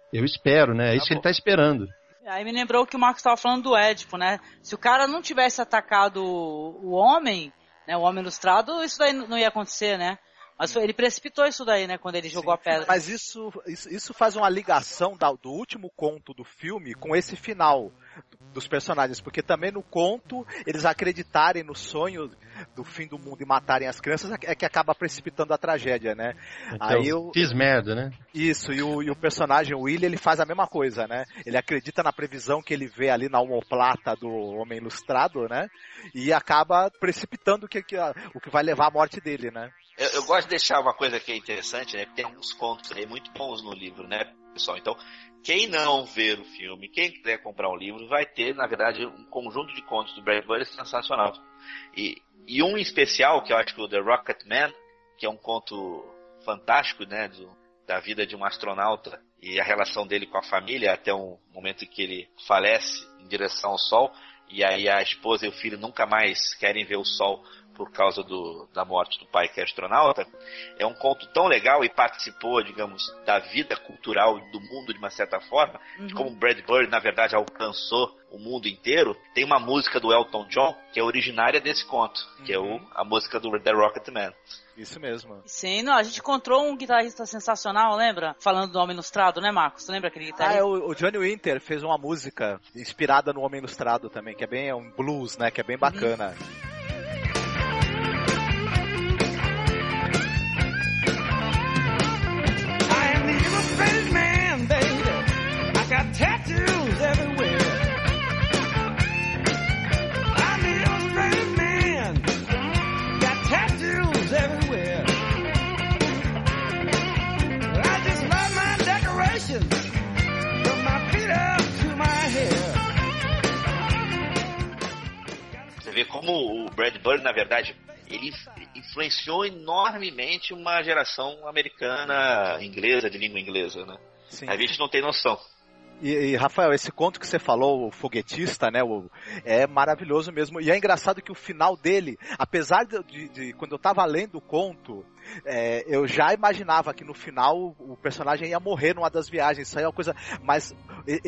Eu espero, né? É isso que ele tá esperando. Aí me lembrou que o Marcos estava falando do Édipo, né? Se o cara não tivesse atacado o homem, né, o homem ilustrado, isso daí não ia acontecer, né? Mas ele precipitou isso daí, né, quando ele jogou a pedra. Mas isso faz uma ligação do último conto do filme com esse final dos personagens, porque também no conto eles acreditarem no sonho do fim do mundo e matarem as crianças é que acaba precipitando a tragédia, né? Então, Aí fiz merda, né? Isso, e o personagem, o Willy, ele faz a mesma coisa, né? Ele acredita na previsão que ele vê ali na omoplata do Homem Ilustrado, né? E acaba precipitando o que vai levar à morte dele, né? Eu gosto de deixar uma coisa que é interessante, né? Porque tem alguns contos aí muito bons no livro, né, pessoal? Então, quem não ver o filme, quem quiser comprar um livro, vai ter, na verdade, um conjunto de contos do Bradbury sensacional. E um em especial, que eu acho que é o The Rocket Man, que é um conto fantástico, né? Da vida de um astronauta e a relação dele com a família até um momento em que ele falece em direção ao Sol. E aí a esposa e o filho nunca mais querem ver o Sol por causa da morte do pai que é astronauta. É um conto tão legal e participou, digamos, da vida cultural do mundo de uma certa forma, de como Bradbury, na verdade, alcançou o mundo inteiro. Tem uma música do Elton John que é originária desse conto, que é a música do The Rocket Man. Isso mesmo. Sim, não, a gente encontrou um guitarrista sensacional, lembra? Falando do Homem Ilustrado, né, Marcos? Tu lembra aquele guitarrista? O Johnny Winter fez uma música inspirada no Homem Ilustrado também, que é um blues, né, que é bem bacana. Tattoos everywhere. I'm the illustrated man. Got tattoos everywhere. I just love my decorations from my feet up to my hair. Você vê como o Bradbury, na verdade, ele influenciou enormemente uma geração americana, inglesa, de língua inglesa, né? Sim. A gente não tem noção. E, Rafael, esse conto que você falou, o foguetista, né, é maravilhoso mesmo. E é engraçado que o final dele, apesar de quando eu tava lendo o conto, eu já imaginava que no final o personagem ia morrer numa das viagens. Isso aí é uma coisa... Mas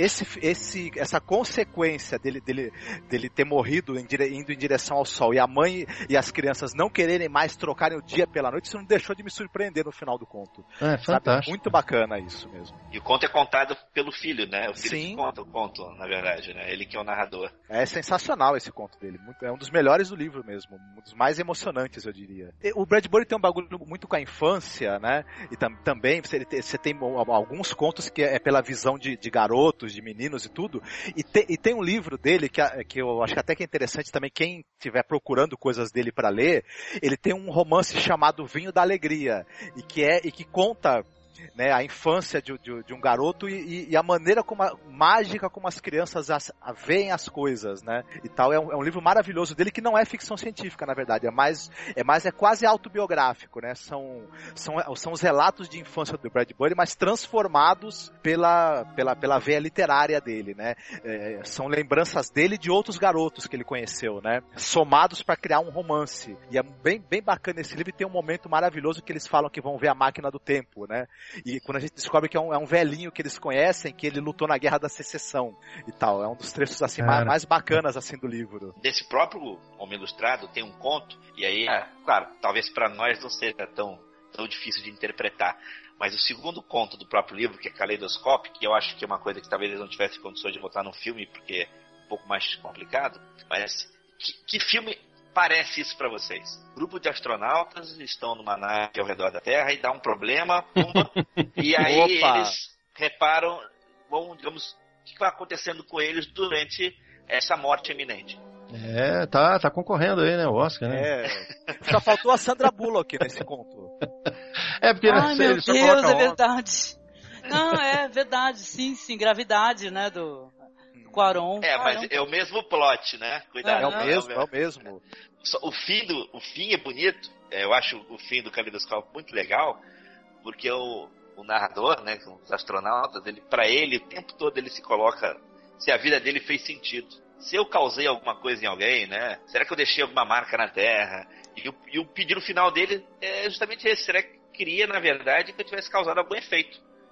essa consequência dele ter morrido indo em direção ao sol e a mãe e as crianças não quererem mais trocarem o dia pela noite, isso não deixou de me surpreender no final do conto. É fantástico. Muito bacana isso mesmo. E o conto é contado pelo filho, né? O filho Sim. que conta o conto, na verdade, né? Ele que é o narrador. É sensacional esse conto dele. É um dos melhores do livro mesmo. Um dos mais emocionantes, eu diria. O Bradbury tem um bagulho muito com a infância, né? E também você tem alguns contos que é pela visão de garotos, de meninos e tudo. E tem um livro dele que eu acho que até que é interessante também, quem estiver procurando coisas dele para ler, ele tem um romance chamado Vinho da Alegria. E que conta, né, a infância de um garoto e a maneira mágica como as crianças veem as coisas, né, e tal. É um livro maravilhoso dele, que não é ficção científica, na verdade, é quase autobiográfico, né, são os relatos de infância do Bradbury, mas transformados pela veia literária dele, né, são lembranças dele e de outros garotos que ele conheceu, né, somados para criar um romance. E é bem, bem bacana esse livro, e tem um momento maravilhoso que eles falam que vão ver a máquina do tempo, né. E quando a gente descobre que é um velhinho que eles conhecem, que ele lutou na Guerra da Secessão e tal. É um dos trechos assim, mais bacanas assim do livro. Desse próprio Homem Ilustrado tem um conto, e aí, claro, talvez para nós não seja tão difícil de interpretar, mas o segundo conto do próprio livro, que é Caleidoscópio, que eu acho que é uma coisa que talvez eles não tivessem condições de botar no filme, porque é um pouco mais complicado, mas que filme parece isso pra vocês? Grupo de astronautas estão numa nave ao redor da Terra e dá um problema, e aí eles reparam, digamos, o que vai acontecendo com eles durante essa morte iminente. Tá concorrendo aí, né, o Oscar, né? Só faltou a Sandra Bullock nesse conto. Porque ai, meu ele só Deus, coloca é verdade. Não, é verdade, sim, gravidade, né, do Quaron. Mas é o mesmo plot, né? Cuidado. É o mesmo. O fim é bonito. Eu acho o fim do Caleidoscópio muito legal, porque o narrador, né, os astronautas, pra ele, o tempo todo ele se coloca se a vida dele fez sentido. Se eu causei alguma coisa em alguém, né? Será que eu deixei alguma marca na Terra? E o pedido final dele é justamente esse. Será que queria, na verdade, que eu tivesse causado algum efeito?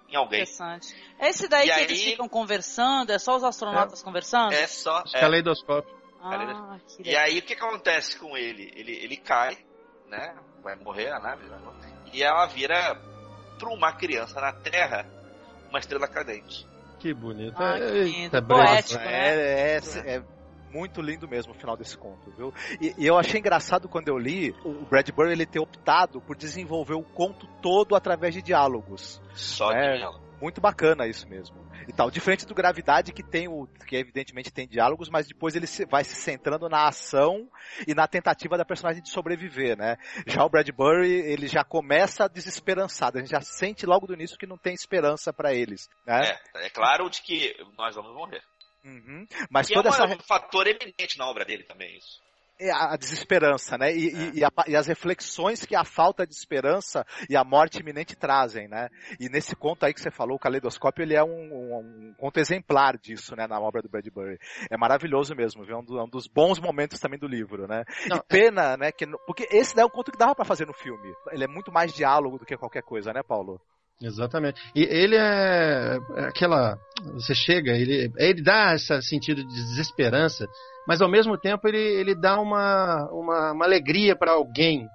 em alguém. Interessante. Esse daí E que aí- eles ficam conversando, é só os astronautas conversando? É só. Caleidoscópio. Ah, que E legal. aí o que acontece com ele? Ele cai, né? Vai morrer a nave, vai morrer. E ela vira para uma criança na Terra uma estrela cadente. Que bonito. Ah, que lindo. Eita, Breno. Poético, né? É muito lindo mesmo o final desse conto, viu? E eu achei engraçado quando eu li o Bradbury ele ter optado por desenvolver o conto todo através de diálogos. Só É. de ela. Muito bacana isso mesmo. E tal, diferente do Gravidade que que evidentemente tem diálogos, mas depois ele vai se centrando na ação e na tentativa da personagem de sobreviver, né? Já o Bradbury, ele já começa desesperançado, a gente já sente logo do início que não tem esperança pra eles, né? É claro de que nós vamos morrer. Uhum. Mas Que toda é essa um fator eminente na obra dele também, isso. a desesperança, né? E as reflexões que a falta de esperança e a morte iminente trazem, né? E nesse conto aí que você falou, o Caleidoscópio, ele é um conto exemplar disso, né? Na obra do Bradbury. É maravilhoso mesmo, viu? É um dos bons momentos também do livro, né? Não, e pena, né? Porque esse daí é um conto que dava pra fazer no filme. Ele é muito mais diálogo do que qualquer coisa, né, Paulo? Exatamente. E ele é aquela... Você chega, ele dá esse sentido de desesperança, mas ao mesmo tempo ele dá uma alegria para alguém.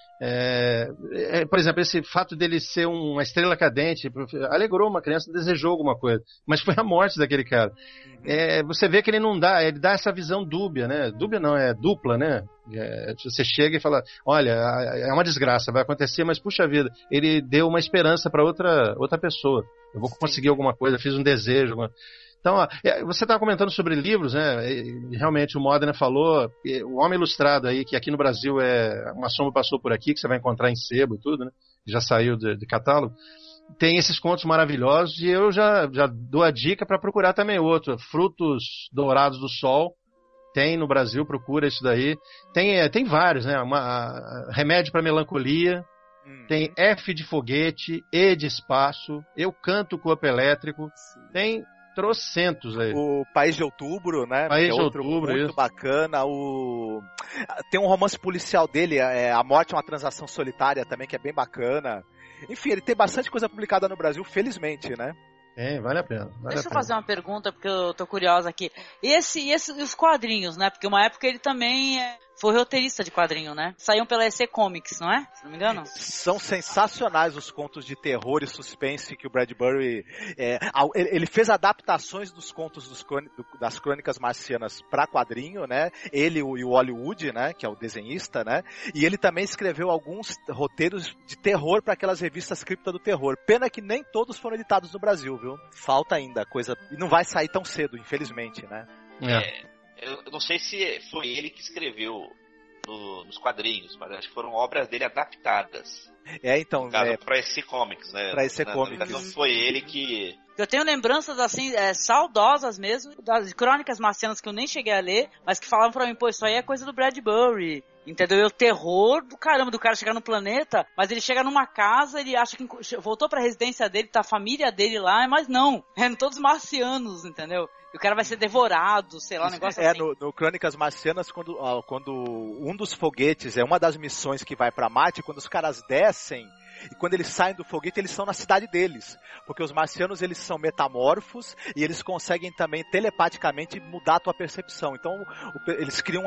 Por exemplo, esse fato dele ser uma estrela cadente alegrou uma criança, desejou alguma coisa, mas foi a morte daquele cara. Você vê que ele não dá, ele dá essa visão dúbia, né? Dúbia não, é dupla, né? Você chega e fala, olha, é uma desgraça, vai acontecer, mas puxa vida, ele deu uma esperança para outra pessoa. Eu vou conseguir alguma coisa, fiz um desejo. Então, ó, você estava comentando sobre livros, né? Realmente o Modena falou, o Homem Ilustrado aí, que aqui no Brasil Uma Sombra Passou por Aqui, que você vai encontrar em sebo e tudo, né? Já saiu de catálogo. Tem esses contos maravilhosos e eu já dou a dica para procurar também outro. Frutos Dourados do Sol. Tem no Brasil, procura isso daí. Tem vários, né? Remédio para Melancolia. Tem F de Foguete, E de Espaço, Eu Canto Corpo Elétrico. Tem trocentos aí. O País de Outubro, né? País que é de outro Outubro, muito isso. bacana. Tem um romance policial dele, A Morte é uma Transação Solitária também, que é bem bacana. Enfim, ele tem bastante coisa publicada no Brasil, felizmente, né? Vale a pena. Deixa eu fazer uma pergunta, porque eu tô curiosa aqui. E os quadrinhos, né? Porque uma época ele também foi roteirista de quadrinho, né? Saíam pela EC Comics, não é? Se não me engano. São sensacionais os contos de terror e suspense que o Bradbury... ele fez adaptações dos contos das Crônicas Marcianas para quadrinho, né? Ele e o Hollywood, né? Que é o desenhista, né? E ele também escreveu alguns roteiros de terror para aquelas revistas Cripta do Terror. Pena que nem todos foram editados no Brasil, viu? Falta ainda coisa... E não vai sair tão cedo, infelizmente, né? Eu não sei se foi ele que escreveu nos quadrinhos, mas acho que foram obras dele adaptadas. Então... Pra EC Comics, né? Pra EC Comics. Não foi ele que... Eu tenho lembranças, assim, saudosas mesmo, das Crônicas Marcianas que eu nem cheguei a ler, mas que falavam pra mim, pô, isso aí é coisa do Bradbury. Entendeu? E o terror do caramba, do cara chegar no planeta, mas ele chega numa casa, ele acha que voltou pra residência dele, tá a família dele lá, mas não, todos marcianos, entendeu? E o cara vai ser devorado, sei lá, um negócio assim. No Crônicas Marcianas, quando um dos foguetes, uma das missões que vai pra Marte, quando os caras descem, e quando eles saem do foguete, eles estão na cidade deles. Porque os marcianos, eles são metamorfos e eles conseguem também telepaticamente mudar a tua percepção. Então, eles criam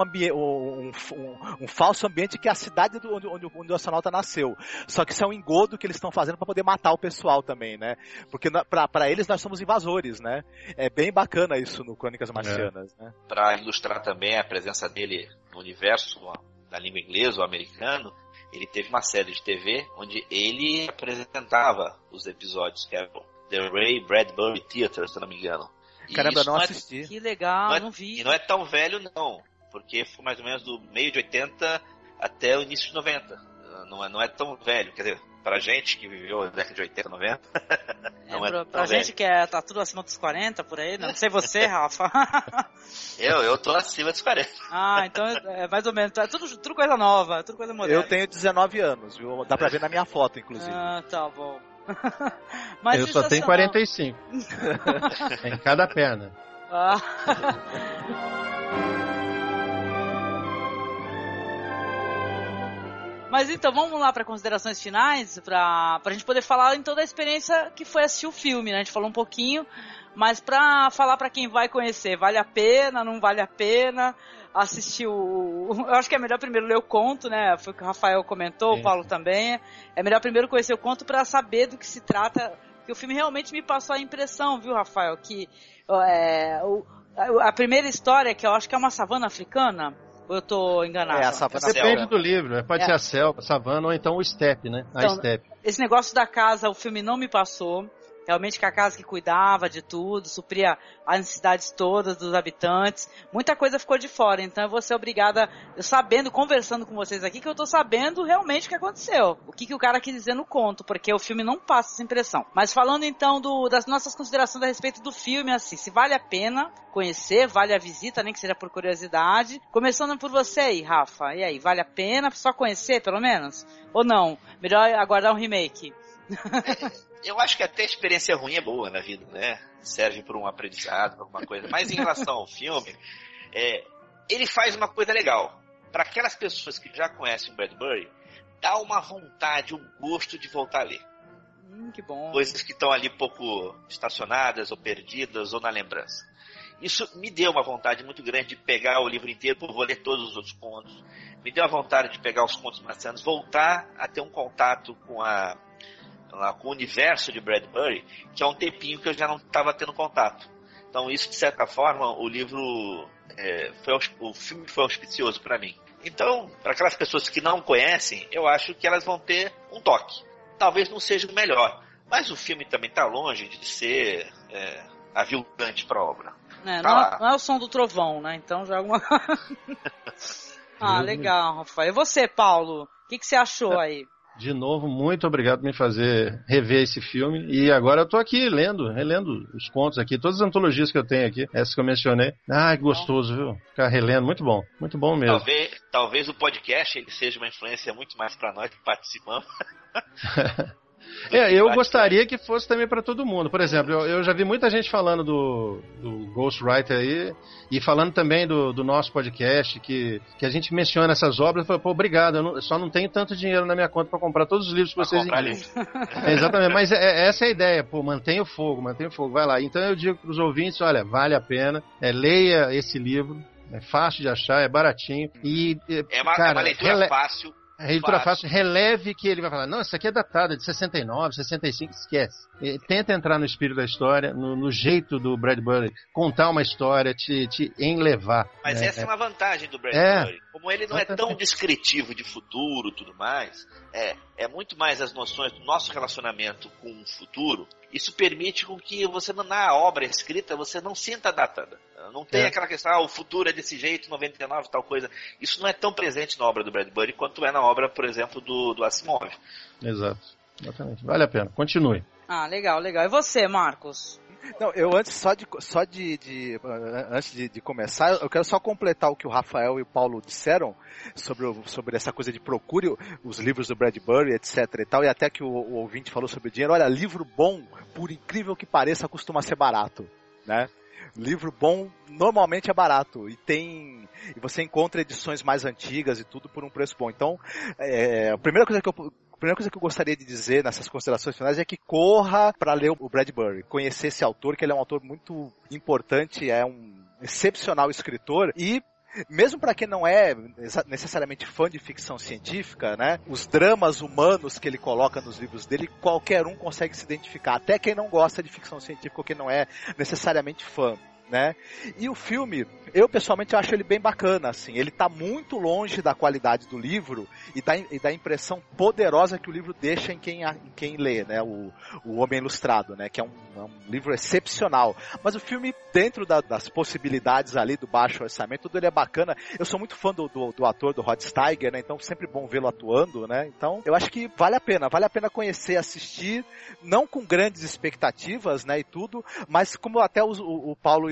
um falso ambiente que é a cidade onde o astronauta nasceu. Só que isso é um engodo que eles estão fazendo para poder matar o pessoal também, né? Porque para eles nós somos invasores, né? É bem bacana isso no Crônicas Marcianas, né? Para ilustrar também a presença dele no universo da língua inglesa ou americano, ele teve uma série de TV onde ele apresentava os episódios, que era o The Ray Bradbury Theater, se não me engano. Caramba, eu não assisti. Que legal, não vi. E não é tão velho, não, porque foi mais ou menos do meio de 80 até o início de 90. Não é tão velho, quer dizer, pra gente que viveu na década de 80, 90, não é tão pra velho. gente que tá tudo acima dos 40 por aí, não sei você, Rafa. Eu tô acima dos 40. Então é mais ou menos, é tudo coisa nova, tudo coisa moderna. Eu tenho 19 anos, viu? Dá pra ver na minha foto, inclusive. Tá bom. Mas eu só tenho 45. Em cada perna. Mas então, vamos lá para considerações finais, pra gente poder falar então da experiência que foi assistir o filme, né? A gente falou um pouquinho, mas pra falar pra quem vai conhecer, vale a pena, não vale a pena assistir eu acho que é melhor primeiro ler o conto, né? Foi o que o Rafael comentou, o Paulo também. É melhor primeiro conhecer o conto pra saber do que se trata, que o filme realmente me passou a impressão, viu, Rafael, que a primeira história, que eu acho que é uma savana africana, ou eu tô enganado? É, a savana depende do livro, pode ser a selva, a savana ou então o steppe, né? A steppe. Esse negócio da casa, o filme não me passou. Realmente que a casa que cuidava de tudo, supria as necessidades todas dos habitantes. Muita coisa ficou de fora, então eu vou ser obrigada, conversando com vocês aqui, que eu tô sabendo realmente o que aconteceu. O que o cara quis dizer no conto, porque o filme não passa essa impressão. Mas falando então das nossas considerações a respeito do filme, assim, se vale a pena conhecer, vale a visita, nem que seja por curiosidade. Começando por você aí, Rafa. E aí, vale a pena só conhecer, pelo menos? Ou não? Melhor aguardar um remake? Eu acho que até a experiência ruim é boa na vida, né? Serve para um aprendizado, alguma coisa. Mas em relação ao filme, ele faz uma coisa legal. Para aquelas pessoas que já conhecem o Bradbury, dá uma vontade, um gosto de voltar a ler. Que bom. Coisas que estão ali pouco estacionadas ou perdidas ou na lembrança. Isso me deu uma vontade muito grande de pegar o livro inteiro, vou ler todos os outros contos. Me deu a vontade de pegar os contos marcianos, voltar a ter um contato com o universo de Bradbury, que é um tempinho que eu já não estava tendo contato. Então isso, de certa forma, o filme foi auspicioso para mim. Então, para aquelas pessoas que não conhecem, eu acho que elas vão ter um toque. Talvez não seja o melhor, mas o filme também está longe de ser aviltante para a obra. Não é o som do trovão, né? Então já é alguma legal, Rafael. E você, Paulo? O que você achou aí? De novo, muito obrigado por me fazer rever esse filme. E agora eu tô aqui relendo os contos aqui, todas as antologias que eu tenho aqui, essas que eu mencionei. Que gostoso, viu? Ficar relendo, muito bom mesmo. Talvez o podcast ele seja uma influência muito mais para nós que participamos. Eu gostaria que fosse também para todo mundo. Por exemplo, eu já vi muita gente falando do Ghostwriter aí, e falando também do nosso podcast, que a gente menciona essas obras. Eu falo, obrigado, eu só não tenho tanto dinheiro na minha conta para comprar todos os livros que vocês indicam. Exatamente, mas essa é a ideia, mantenha o fogo, vai lá. Então eu digo para os ouvintes, olha, vale a pena, leia esse livro, é fácil de achar, é baratinho, e é uma leitura fácil. A leitura fácil, releve que ele vai falar, não, isso aqui é datado, é de 69, 65, esquece. Tenta entrar no espírito da história, no jeito do Bradbury, contar uma história, te enlevar. Mas essa é uma vantagem do Bradbury. Como ele não é tão descritivo de futuro e tudo mais, é muito mais as noções do nosso relacionamento com o futuro. Isso permite com que você, na obra escrita, você não sinta datada. Não tem aquela questão, o futuro é desse jeito, 99, tal coisa. Isso não é tão presente na obra do Bradbury quanto é na obra, por exemplo, do Asimov. Exato. Exatamente. Vale a pena. Continue. Legal. E você, Marcos? Não, eu antes de começar, eu quero só completar o que o Rafael e o Paulo disseram sobre essa coisa de procure os livros do Bradbury, etc e tal, e até que o ouvinte falou sobre dinheiro. Olha, livro bom, por incrível que pareça, costuma ser barato, né? Livro bom normalmente é barato e você encontra edições mais antigas e tudo por um preço bom. Então, a primeira coisa que eu gostaria de dizer nessas considerações finais é que corra para ler o Bradbury, conhecer esse autor, que ele é um autor muito importante, é um excepcional escritor, e mesmo para quem não é necessariamente fã de ficção científica, né, os dramas humanos que ele coloca nos livros dele, qualquer um consegue se identificar, até quem não gosta de ficção científica ou quem não é necessariamente fã, né? E o filme, eu pessoalmente acho ele bem bacana, assim, ele tá muito longe da qualidade do livro e da impressão poderosa que o livro deixa em quem lê, né, o Homem Ilustrado, né, que é um livro excepcional, mas o filme, dentro das possibilidades ali do baixo orçamento, tudo ele é bacana. Eu sou muito fã do ator, do Rod Steiger, né, então sempre bom vê-lo atuando, né, então eu acho que vale a pena conhecer, assistir, não com grandes expectativas, né, e tudo, mas como até o Paulo e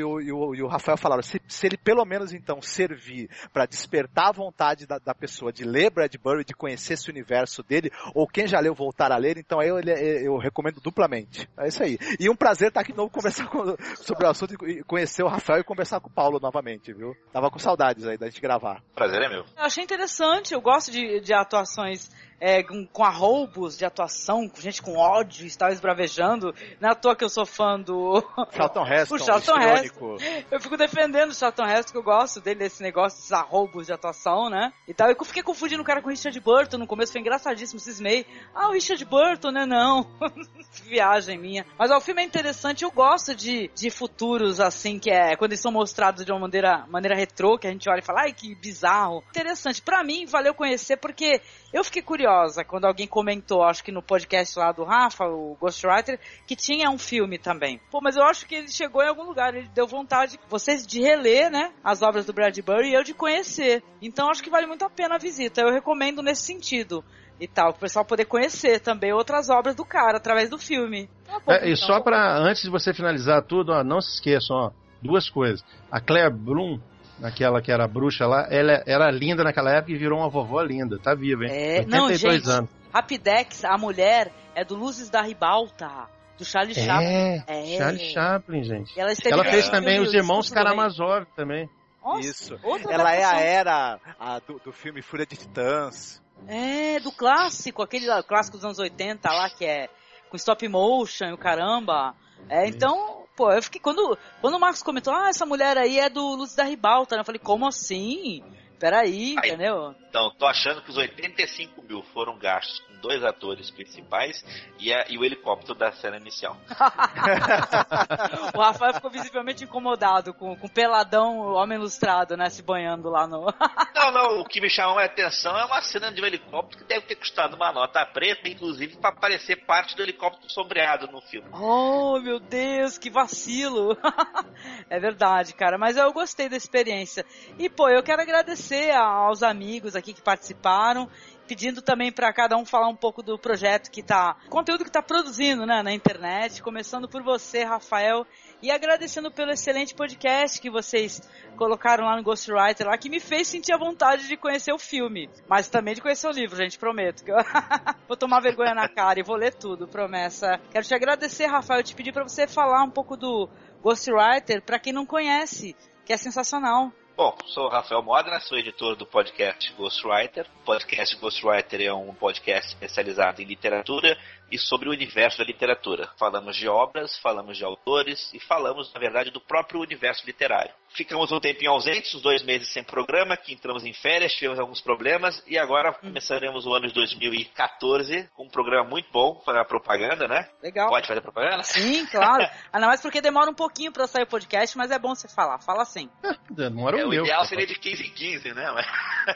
e o Rafael falaram, se ele pelo menos então servir para despertar a vontade da pessoa de ler Bradbury, de conhecer esse universo dele, ou quem já leu voltar a ler, então aí eu recomendo duplamente. É isso aí. E um prazer estar aqui de novo conversar sobre o assunto e conhecer o Rafael e conversar com o Paulo novamente, viu? Tava com saudades aí da gente gravar. Prazer é meu. Eu achei interessante, eu gosto de atuações com arroubos de atuação, com gente com ódio e tal, esbravejando. Não é à toa que eu sou fã do Charlton Heston, o Charlton Heston. Eu fico defendendo o Charlton Heston, que eu gosto dele, desse negócio, desses arroubos de atuação, né? E tal. Eu fiquei confundindo o cara com o Richard Burton no começo, foi engraçadíssimo, cismei. O Richard Burton, né? Não. Viagem minha. Mas o filme é interessante, eu gosto de futuros assim, que é quando eles são mostrados de uma maneira retrô, que a gente olha e fala, ai, que bizarro. Interessante. Pra mim, valeu conhecer, porque eu fiquei curiosa quando alguém comentou, acho que no podcast lá do Rafa, o Ghostwriter, que tinha um filme também. Pô, mas eu acho que ele chegou em algum lugar, ele deu vontade, vocês de reler, né, as obras do Bradbury e eu de conhecer. Então acho que vale muito a pena a visita. Eu recomendo nesse sentido. E tal, para o pessoal poder conhecer também outras obras do cara através do filme. E só para, antes de você finalizar tudo, não se esqueçam, duas coisas. A Claire Bloom, aquela que era bruxa lá, ela era linda naquela época e virou uma vovó linda. Tá viva, hein? 82 anos. Rapidex, a mulher, é do Luzes da Ribalta, do Charlie Chaplin. Charlie Chaplin, gente. Ela fez também Os Irmãos Karamazov também. Nossa, isso. Ela é a era do filme Fúria de Titãs. Do clássico, aquele clássico dos anos 80 lá, que é com stop motion e o caramba. Então, pô, eu fiquei, quando o Marcos comentou, essa mulher aí é do Luzes da Ribalta, né? Eu falei, como assim? Peraí, entendeu? Então, tô achando que os 85 mil foram gastos com 2 atores principais e o helicóptero da cena inicial. O Rafael ficou visivelmente incomodado com o peladão, o homem ilustrado, né, se banhando lá no... Não, o que me chamou a atenção é uma cena de um helicóptero que deve ter custado uma nota preta, inclusive para aparecer parte do helicóptero sombreado no filme. Oh, meu Deus, que vacilo! É verdade, cara, mas eu gostei da experiência. E, pô, eu quero agradecer aos amigos aqui que participaram, pedindo também para cada um falar um pouco do projeto conteúdo que tá produzindo, né, na internet, começando por você, Rafael, e agradecendo pelo excelente podcast que vocês colocaram lá no Ghostwriter, lá, que me fez sentir a vontade de conhecer o filme, mas também de conhecer o livro, gente, prometo. Que eu vou tomar vergonha na cara e vou ler tudo, promessa. Quero te agradecer, Rafael, te pedir para você falar um pouco do Ghostwriter para quem não conhece, que é sensacional. Bom, sou o Rafael Modena, sou editor do podcast Ghostwriter. O podcast Ghostwriter é um podcast especializado em literatura e sobre o universo da literatura. Falamos de obras, falamos de autores e falamos, na verdade, do próprio universo literário. Ficamos um tempinho ausentes, uns 2 meses sem programa, que entramos em férias, tivemos alguns problemas e agora começaremos o ano de 2014 com um programa muito bom para propaganda, né? Legal. Pode fazer propaganda? Sim, claro. Ainda mais porque demora um pouquinho para sair o podcast, mas é bom você falar. Fala sim. Demora o ideal seria de 15 em 15, né? Mas...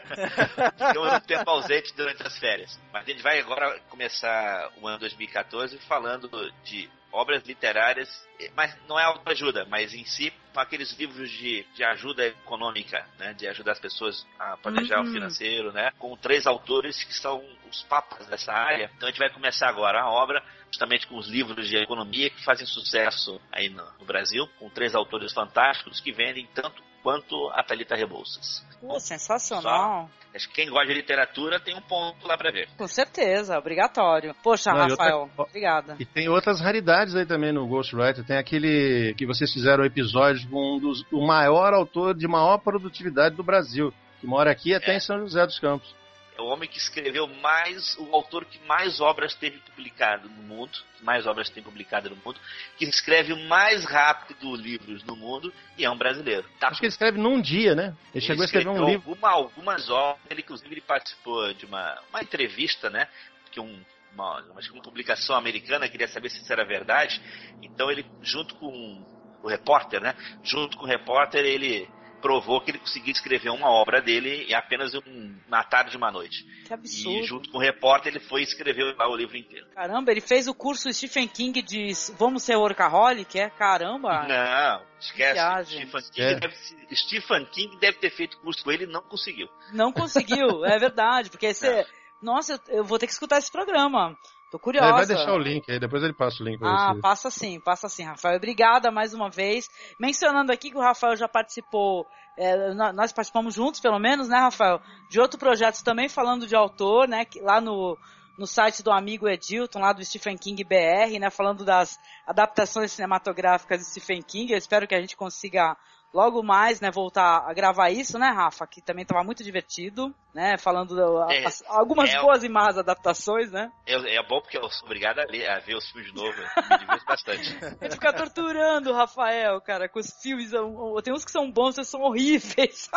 Ficamos um tempo ausente durante as férias. Mas a gente vai agora começar o ano 2014 falando de obras literárias, mas não é autoajuda, mas em si são aqueles livros de ajuda econômica, né, de ajudar as pessoas a planejar o financeiro, né, com 3 autores que são os papas dessa área. Então a gente vai começar agora a obra justamente com os livros de economia que fazem sucesso aí no Brasil, com 3 autores fantásticos que vendem tanto quanto a Thalita Rebouças. Sensacional. Acho que quem gosta de literatura tem um ponto lá pra ver. Com certeza, obrigatório. Poxa, Rafael, obrigada. E tem outras raridades aí também no Ghostwriter. Tem aquele que vocês fizeram um episódio com o maior autor de maior produtividade do Brasil, que mora aqui até em São José dos Campos. É o homem que escreveu o autor que mais obras teve publicado no mundo, que escreve mais rápido livros no mundo e é um brasileiro. Acho que ele escreve num dia, né? Ele chegou a escrever um livro. Algumas obras, ele participou de uma entrevista, né? Que uma publicação americana queria saber se isso era verdade. Então ele, junto com o repórter, né? Ele provou que ele conseguia escrever uma obra dele em apenas uma tarde e uma noite. Que absurdo. E junto com o repórter ele foi escrever lá o livro inteiro. Caramba, ele fez o curso Stephen King de Vamos Ser Workaholic, é? Caramba. Não, esquece. Stephen King deve ter feito curso com ele e não conseguiu. Não conseguiu, é verdade, porque esse... Nossa, eu vou ter que escutar esse programa. Tô curiosa. Ele vai deixar o link aí, depois ele passa o link pra você. Passa sim, Rafael. Obrigada mais uma vez. Mencionando aqui que o Rafael já participou, nós participamos juntos, pelo menos, né, Rafael? De outro projeto também falando de autor, né? Lá no site do amigo Edilton, lá do Stephen King BR, né? Falando das adaptações cinematográficas de Stephen King. Eu espero que a gente consiga logo mais, né, voltar a gravar isso, né, Rafa? Que também estava muito divertido, né? Falando algumas boas e más adaptações, né? É bom porque eu sou obrigado a ver os filmes de novo. Me divirto bastante. A gente fica torturando o Rafael, cara, com os filmes. Tem uns que são bons, outros são horríveis.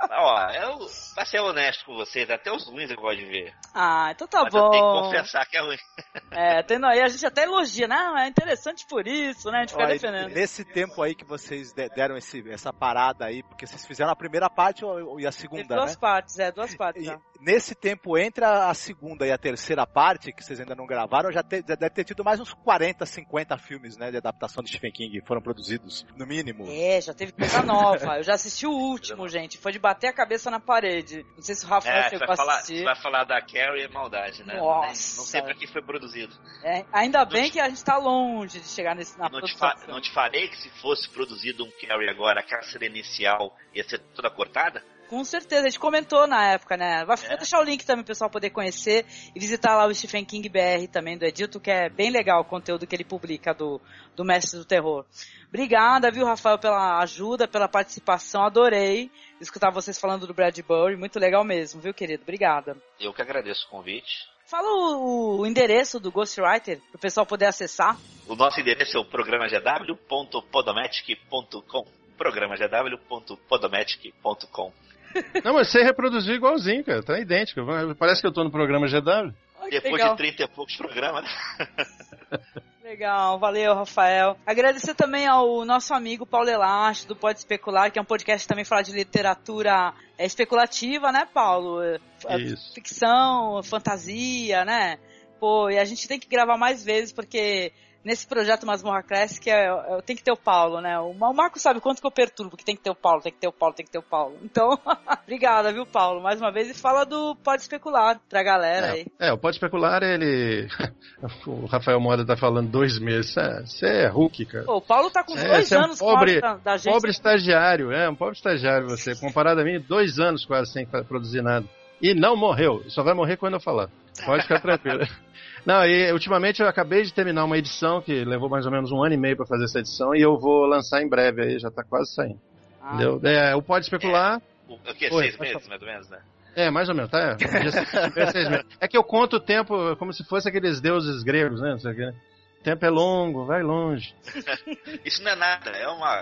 Pra ser honesto com vocês, até os ruins eu gosto de ver. Ah, então tá Mas bom. eu tenho que confessar que é ruim. Aí a gente até elogia, né? É interessante por isso, né? A gente fica defendendo. Nesse tempo aí que vocês deram essa parada aí, porque vocês fizeram a primeira parte e a segunda, Tem duas partes. E nesse tempo, entre a segunda e a terceira parte, que vocês ainda não gravaram, já deve ter tido mais uns 40, 50 filmes, né, de adaptação de Stephen King, foram produzidos, no mínimo. Já teve coisa nova. Eu já assisti o último, gente. Foi de bater a cabeça na parede. Não sei se o Rafael chegou a assistir. Você vai falar da Carrie é maldade, né? Nossa. Não sei pra que foi produzido. Ainda bem que a gente tá longe de chegar na produção. Não te falei que se fosse produzido um Carrie agora, aquela cena inicial ia ser toda cortada? Com certeza, a gente comentou na época, né? Vou deixar o link também pro pessoal poder conhecer e visitar lá o Stephen King BR também, do Edilton, que é bem legal o conteúdo que ele publica do Mestre do Terror. Obrigada, viu, Rafael, pela ajuda, pela participação, adorei escutar vocês falando do Bradbury, muito legal mesmo, viu, querido? Obrigada. Eu que agradeço o convite. Fala o endereço do Ghostwriter, pro pessoal poder acessar. O nosso endereço é o programagw.podomatic.com. programagw.podomatic.com. Não, mas você reproduziu igualzinho, cara. Tá idêntico. Parece que eu tô no programa GW. Depois de 30 e poucos programas, né? Legal, valeu, Rafael. Agradecer também ao nosso amigo Paulo Elache, do Pode Especular, que é um podcast que também fala de literatura especulativa, né, Paulo? Isso. Ficção, fantasia, né? E a gente tem que gravar mais vezes, porque nesse projeto Masmorra Classic tem que ter o Paulo, né? O Marco sabe quanto que eu perturbo, que tem que ter o Paulo. Então, obrigada, viu, Paulo? Mais uma vez, e fala do Pode Especular pra galera aí. O Pode Especular, ele... O Rafael Moda tá falando 2 meses. Você é Hulk, cara. O Paulo tá com 2 anos pobre, da gente. Pobre estagiário, um pobre estagiário você. Comparado a mim, 2 anos quase sem produzir nada. E não morreu, só vai morrer quando eu falar. Pode ficar tranquilo. Não, e ultimamente eu acabei de terminar uma edição que levou mais ou menos 1 ano e meio pra fazer essa edição e eu vou lançar em breve aí, já tá quase saindo. Entendeu? O Pode Especular... O quê? 6 meses, mais ou menos, né? Mais ou menos, tá? 6 meses. É que eu conto o tempo como se fosse aqueles deuses gregos, né? Não sei o quê. O tempo é longo, vai longe. Isso não é nada, é uma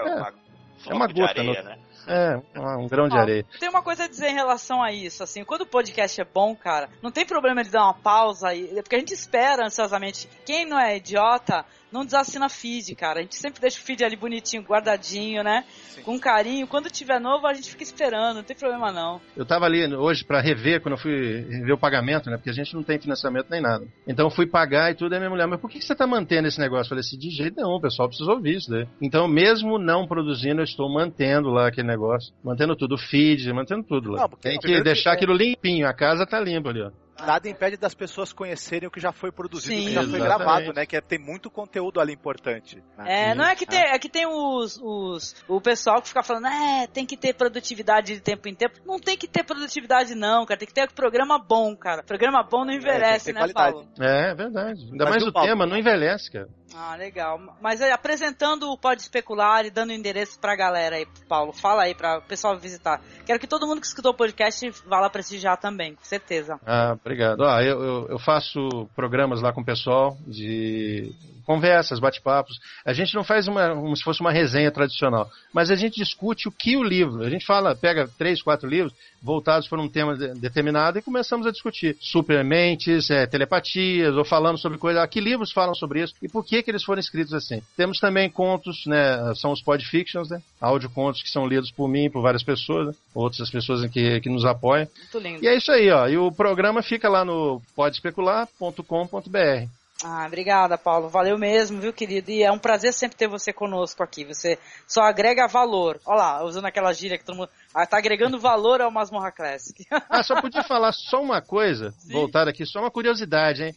gota de areia, né? Um grão de areia. Tem uma coisa a dizer em relação a isso, assim, quando o podcast é bom, cara, não tem problema de dar uma pausa aí, porque a gente espera ansiosamente. Quem não é idiota, não desassina feed, cara. A gente sempre deixa o feed ali bonitinho, guardadinho, né? Sim. Com carinho. Quando tiver novo, a gente fica esperando, não tem problema não. Eu tava ali hoje pra rever, quando eu fui rever o pagamento, né? Porque a gente não tem financiamento nem nada. Então eu fui pagar e tudo, aí minha mulher, mas por que você tá mantendo esse negócio? Eu falei assim, de jeito nenhum, o pessoal precisa ouvir isso daí. Então, mesmo não produzindo, eu estou mantendo lá aquele negócio. Mantendo tudo, o feed, mantendo tudo lá. Não, tem que deixar aquilo limpinho, a casa tá limpa ali, ó. Nada impede das pessoas conhecerem o que já foi produzido, o que já foi gravado, né? Que tem muito conteúdo ali importante. Né? Não é que tem o pessoal que fica falando, tem que ter produtividade de tempo em tempo. Não tem que ter produtividade não, cara. Tem que ter programa bom, cara. Programa bom não envelhece, né, Paulo? É verdade. Ainda mais o tema, não envelhece, cara. Ah, legal. Mas aí, apresentando o Pode Especular e dando endereço pra galera aí, Paulo, fala aí pra o pessoal visitar. Quero que todo mundo que escutou o podcast vá lá prestigiar também, com certeza. Obrigado. Eu faço programas lá com o pessoal de conversas, bate-papos. A gente não faz como se fosse uma resenha tradicional, mas a gente discute o que o livro. A gente pega 3, 4 livros voltados para um tema determinado e começamos a discutir supermentes, telepatias, ou falamos sobre coisas. Que livros falam sobre isso e por que eles foram escritos assim. Temos também contos, né? São os podfictions, né? Áudio-contos que são lidos por mim e por várias pessoas, né? Outras pessoas que nos apoiam. Muito lindo. E é isso aí, ó. E o programa fica lá no podespecular.com.br. Obrigada, Paulo. Valeu mesmo, viu, querido? E é um prazer sempre ter você conosco aqui. Você só agrega valor. Olha lá, usando aquela gíria que todo mundo... tá agregando valor ao Masmorra Classic. Só podia falar só uma coisa, voltar aqui, só uma curiosidade, hein?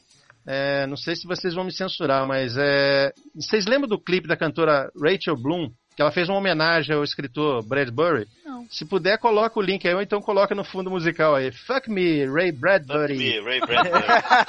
Não sei se vocês vão me censurar, mas vocês lembram do clipe da cantora Rachel Bloom? Que ela fez uma homenagem ao escritor Bradbury? Não. Se puder, coloca o link aí, ou então coloca no fundo musical aí. Fuck me, Ray Bradbury. Fuck me, Ray Bradbury.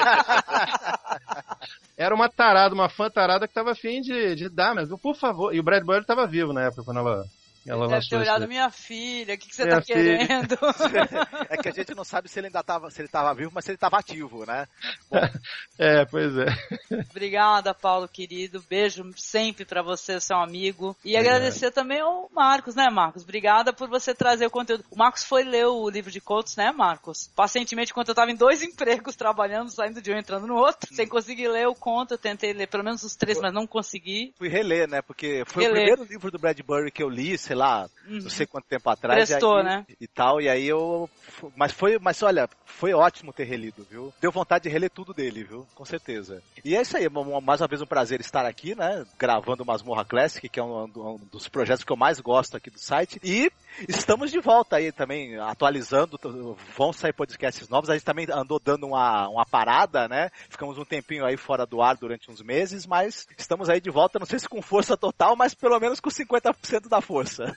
Era uma tarada, uma fã tarada que tava afim de dar, mas por favor. E o Bradbury tava vivo na época, quando ela deve lançou ter olhado, minha filha, o que você tá querendo? É que a gente não sabe se ele ainda tava, se ele tava vivo, mas se ele tava ativo, né? Bom. Pois é. Obrigada, Paulo, querido. Beijo sempre pra você, seu amigo. E agradecer também ao Marcos, né, Marcos? Obrigada por você trazer o conteúdo. O Marcos foi ler o livro de contos, né, Marcos? Pacientemente, enquanto eu tava em 2 empregos, trabalhando, saindo de um, entrando no outro, sem conseguir ler o conto. Eu tentei ler pelo menos os 3, mas não consegui. Fui reler, né? Porque foi o primeiro livro do Bradbury que eu li, sei lá, não sei quanto tempo atrás. Prestou, aí, né? E tal, e aí eu... Mas olha, foi ótimo ter relido, viu? Deu vontade de reler tudo dele, viu? Com certeza. E é isso aí, mais uma vez um prazer estar aqui, né? Gravando o Masmorra Classic, que é um dos projetos que eu mais gosto aqui do site. E estamos de volta aí também, atualizando, vão sair podcasts novos. A gente também andou dando uma parada, né? Ficamos um tempinho aí fora do ar durante uns meses, mas estamos aí de volta, não sei se com força total, mas pelo menos com 50% da força.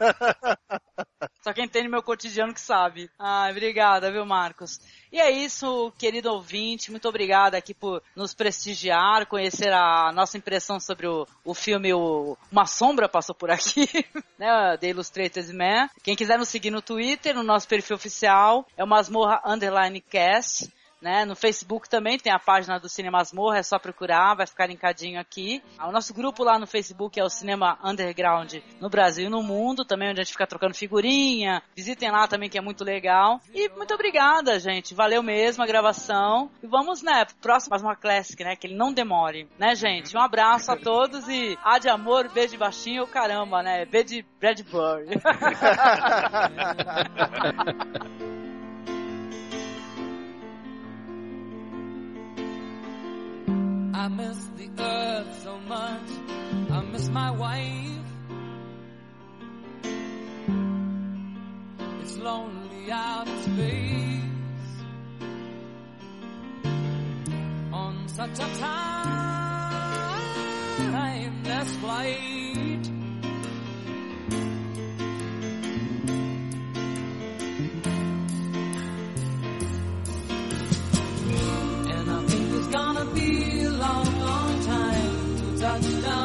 Só quem entende meu cotidiano que sabe. Obrigada, viu, Marcos? E é isso, querido ouvinte, muito obrigada aqui por nos prestigiar, conhecer a nossa impressão sobre o filme Uma Sombra Passou Por Aqui, né, The Illustrated Man. Quem quiser nos seguir no Twitter, no nosso perfil oficial, é o Masmorra_Cast. Né? No Facebook também tem a página do Cinema Masmorra, é só procurar, vai ficar linkadinho aqui. O nosso grupo lá no Facebook é o Cinema Underground no Brasil e no mundo, também onde a gente fica trocando figurinha. Visitem lá também, que é muito legal. E muito obrigada, gente. Valeu mesmo a gravação. E vamos, né, pro próximo Masmorra Classic, né, que ele não demore. Né, gente? Um abraço a todos e A de amor, B de baixinho, caramba, né? B de Bradbury. I miss the earth so much, I miss my wife. It's lonely out in space, on such a timeless flight. And I think it's gonna be a long, long time to touch down.